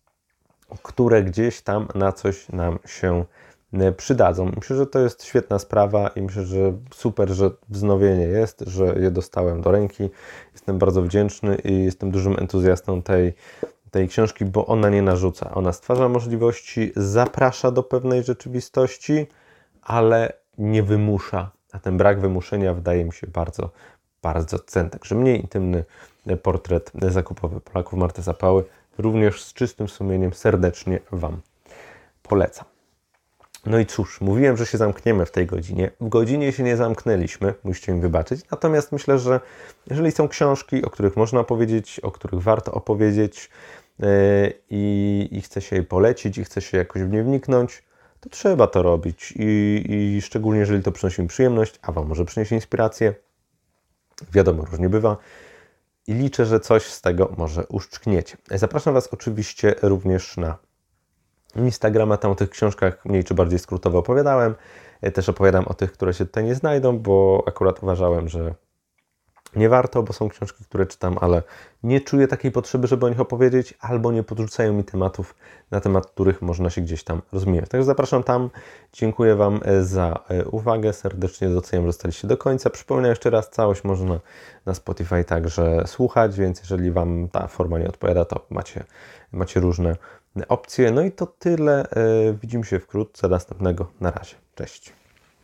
A: które gdzieś tam na coś nam się przydadzą. Myślę, że to jest świetna sprawa i myślę, że super, że wznowienie jest, że je dostałem do ręki. Jestem bardzo wdzięczny i jestem dużym entuzjastą tej, tej książki, bo ona nie narzuca. Ona stwarza możliwości, zaprasza do pewnej rzeczywistości, ale nie wymusza. A ten brak wymuszenia wydaje mi się bardzo, bardzo cenny. Także mniej intymny portret zakupowy Polaków Marty Zapały. Również z czystym sumieniem serdecznie Wam polecam. No i cóż, mówiłem, że się zamkniemy w tej godzinie. W godzinie się nie zamknęliśmy, musicie mi wybaczyć. Natomiast myślę, że jeżeli są książki, o których można powiedzieć, o których warto opowiedzieć yy, i, i chce się je polecić, i chce się jakoś w nie wniknąć, to trzeba to robić. I, i szczególnie, jeżeli to przynosi mi przyjemność, a Wam może przynieść inspirację. Wiadomo, różnie bywa. I liczę, że coś z tego może uszczkniecie. Zapraszam Was oczywiście również na Instagrama. Tam o tych książkach mniej czy bardziej skrótowo opowiadałem. Też opowiadam o tych, które się tutaj nie znajdą, bo akurat uważałem, że nie warto, bo są książki, które czytam, ale nie czuję takiej potrzeby, żeby o nich opowiedzieć, albo nie podrzucają mi tematów, na temat których można się gdzieś tam rozwijać. Także zapraszam tam. Dziękuję Wam za uwagę. Serdecznie doceniam, że zostaliście do końca. Przypomnę jeszcze raz, całość można na Spotify także słuchać, więc jeżeli Wam ta forma nie odpowiada, to macie, macie różne opcje. No i to tyle. Widzimy się wkrótce. Następnego. Na razie. Cześć.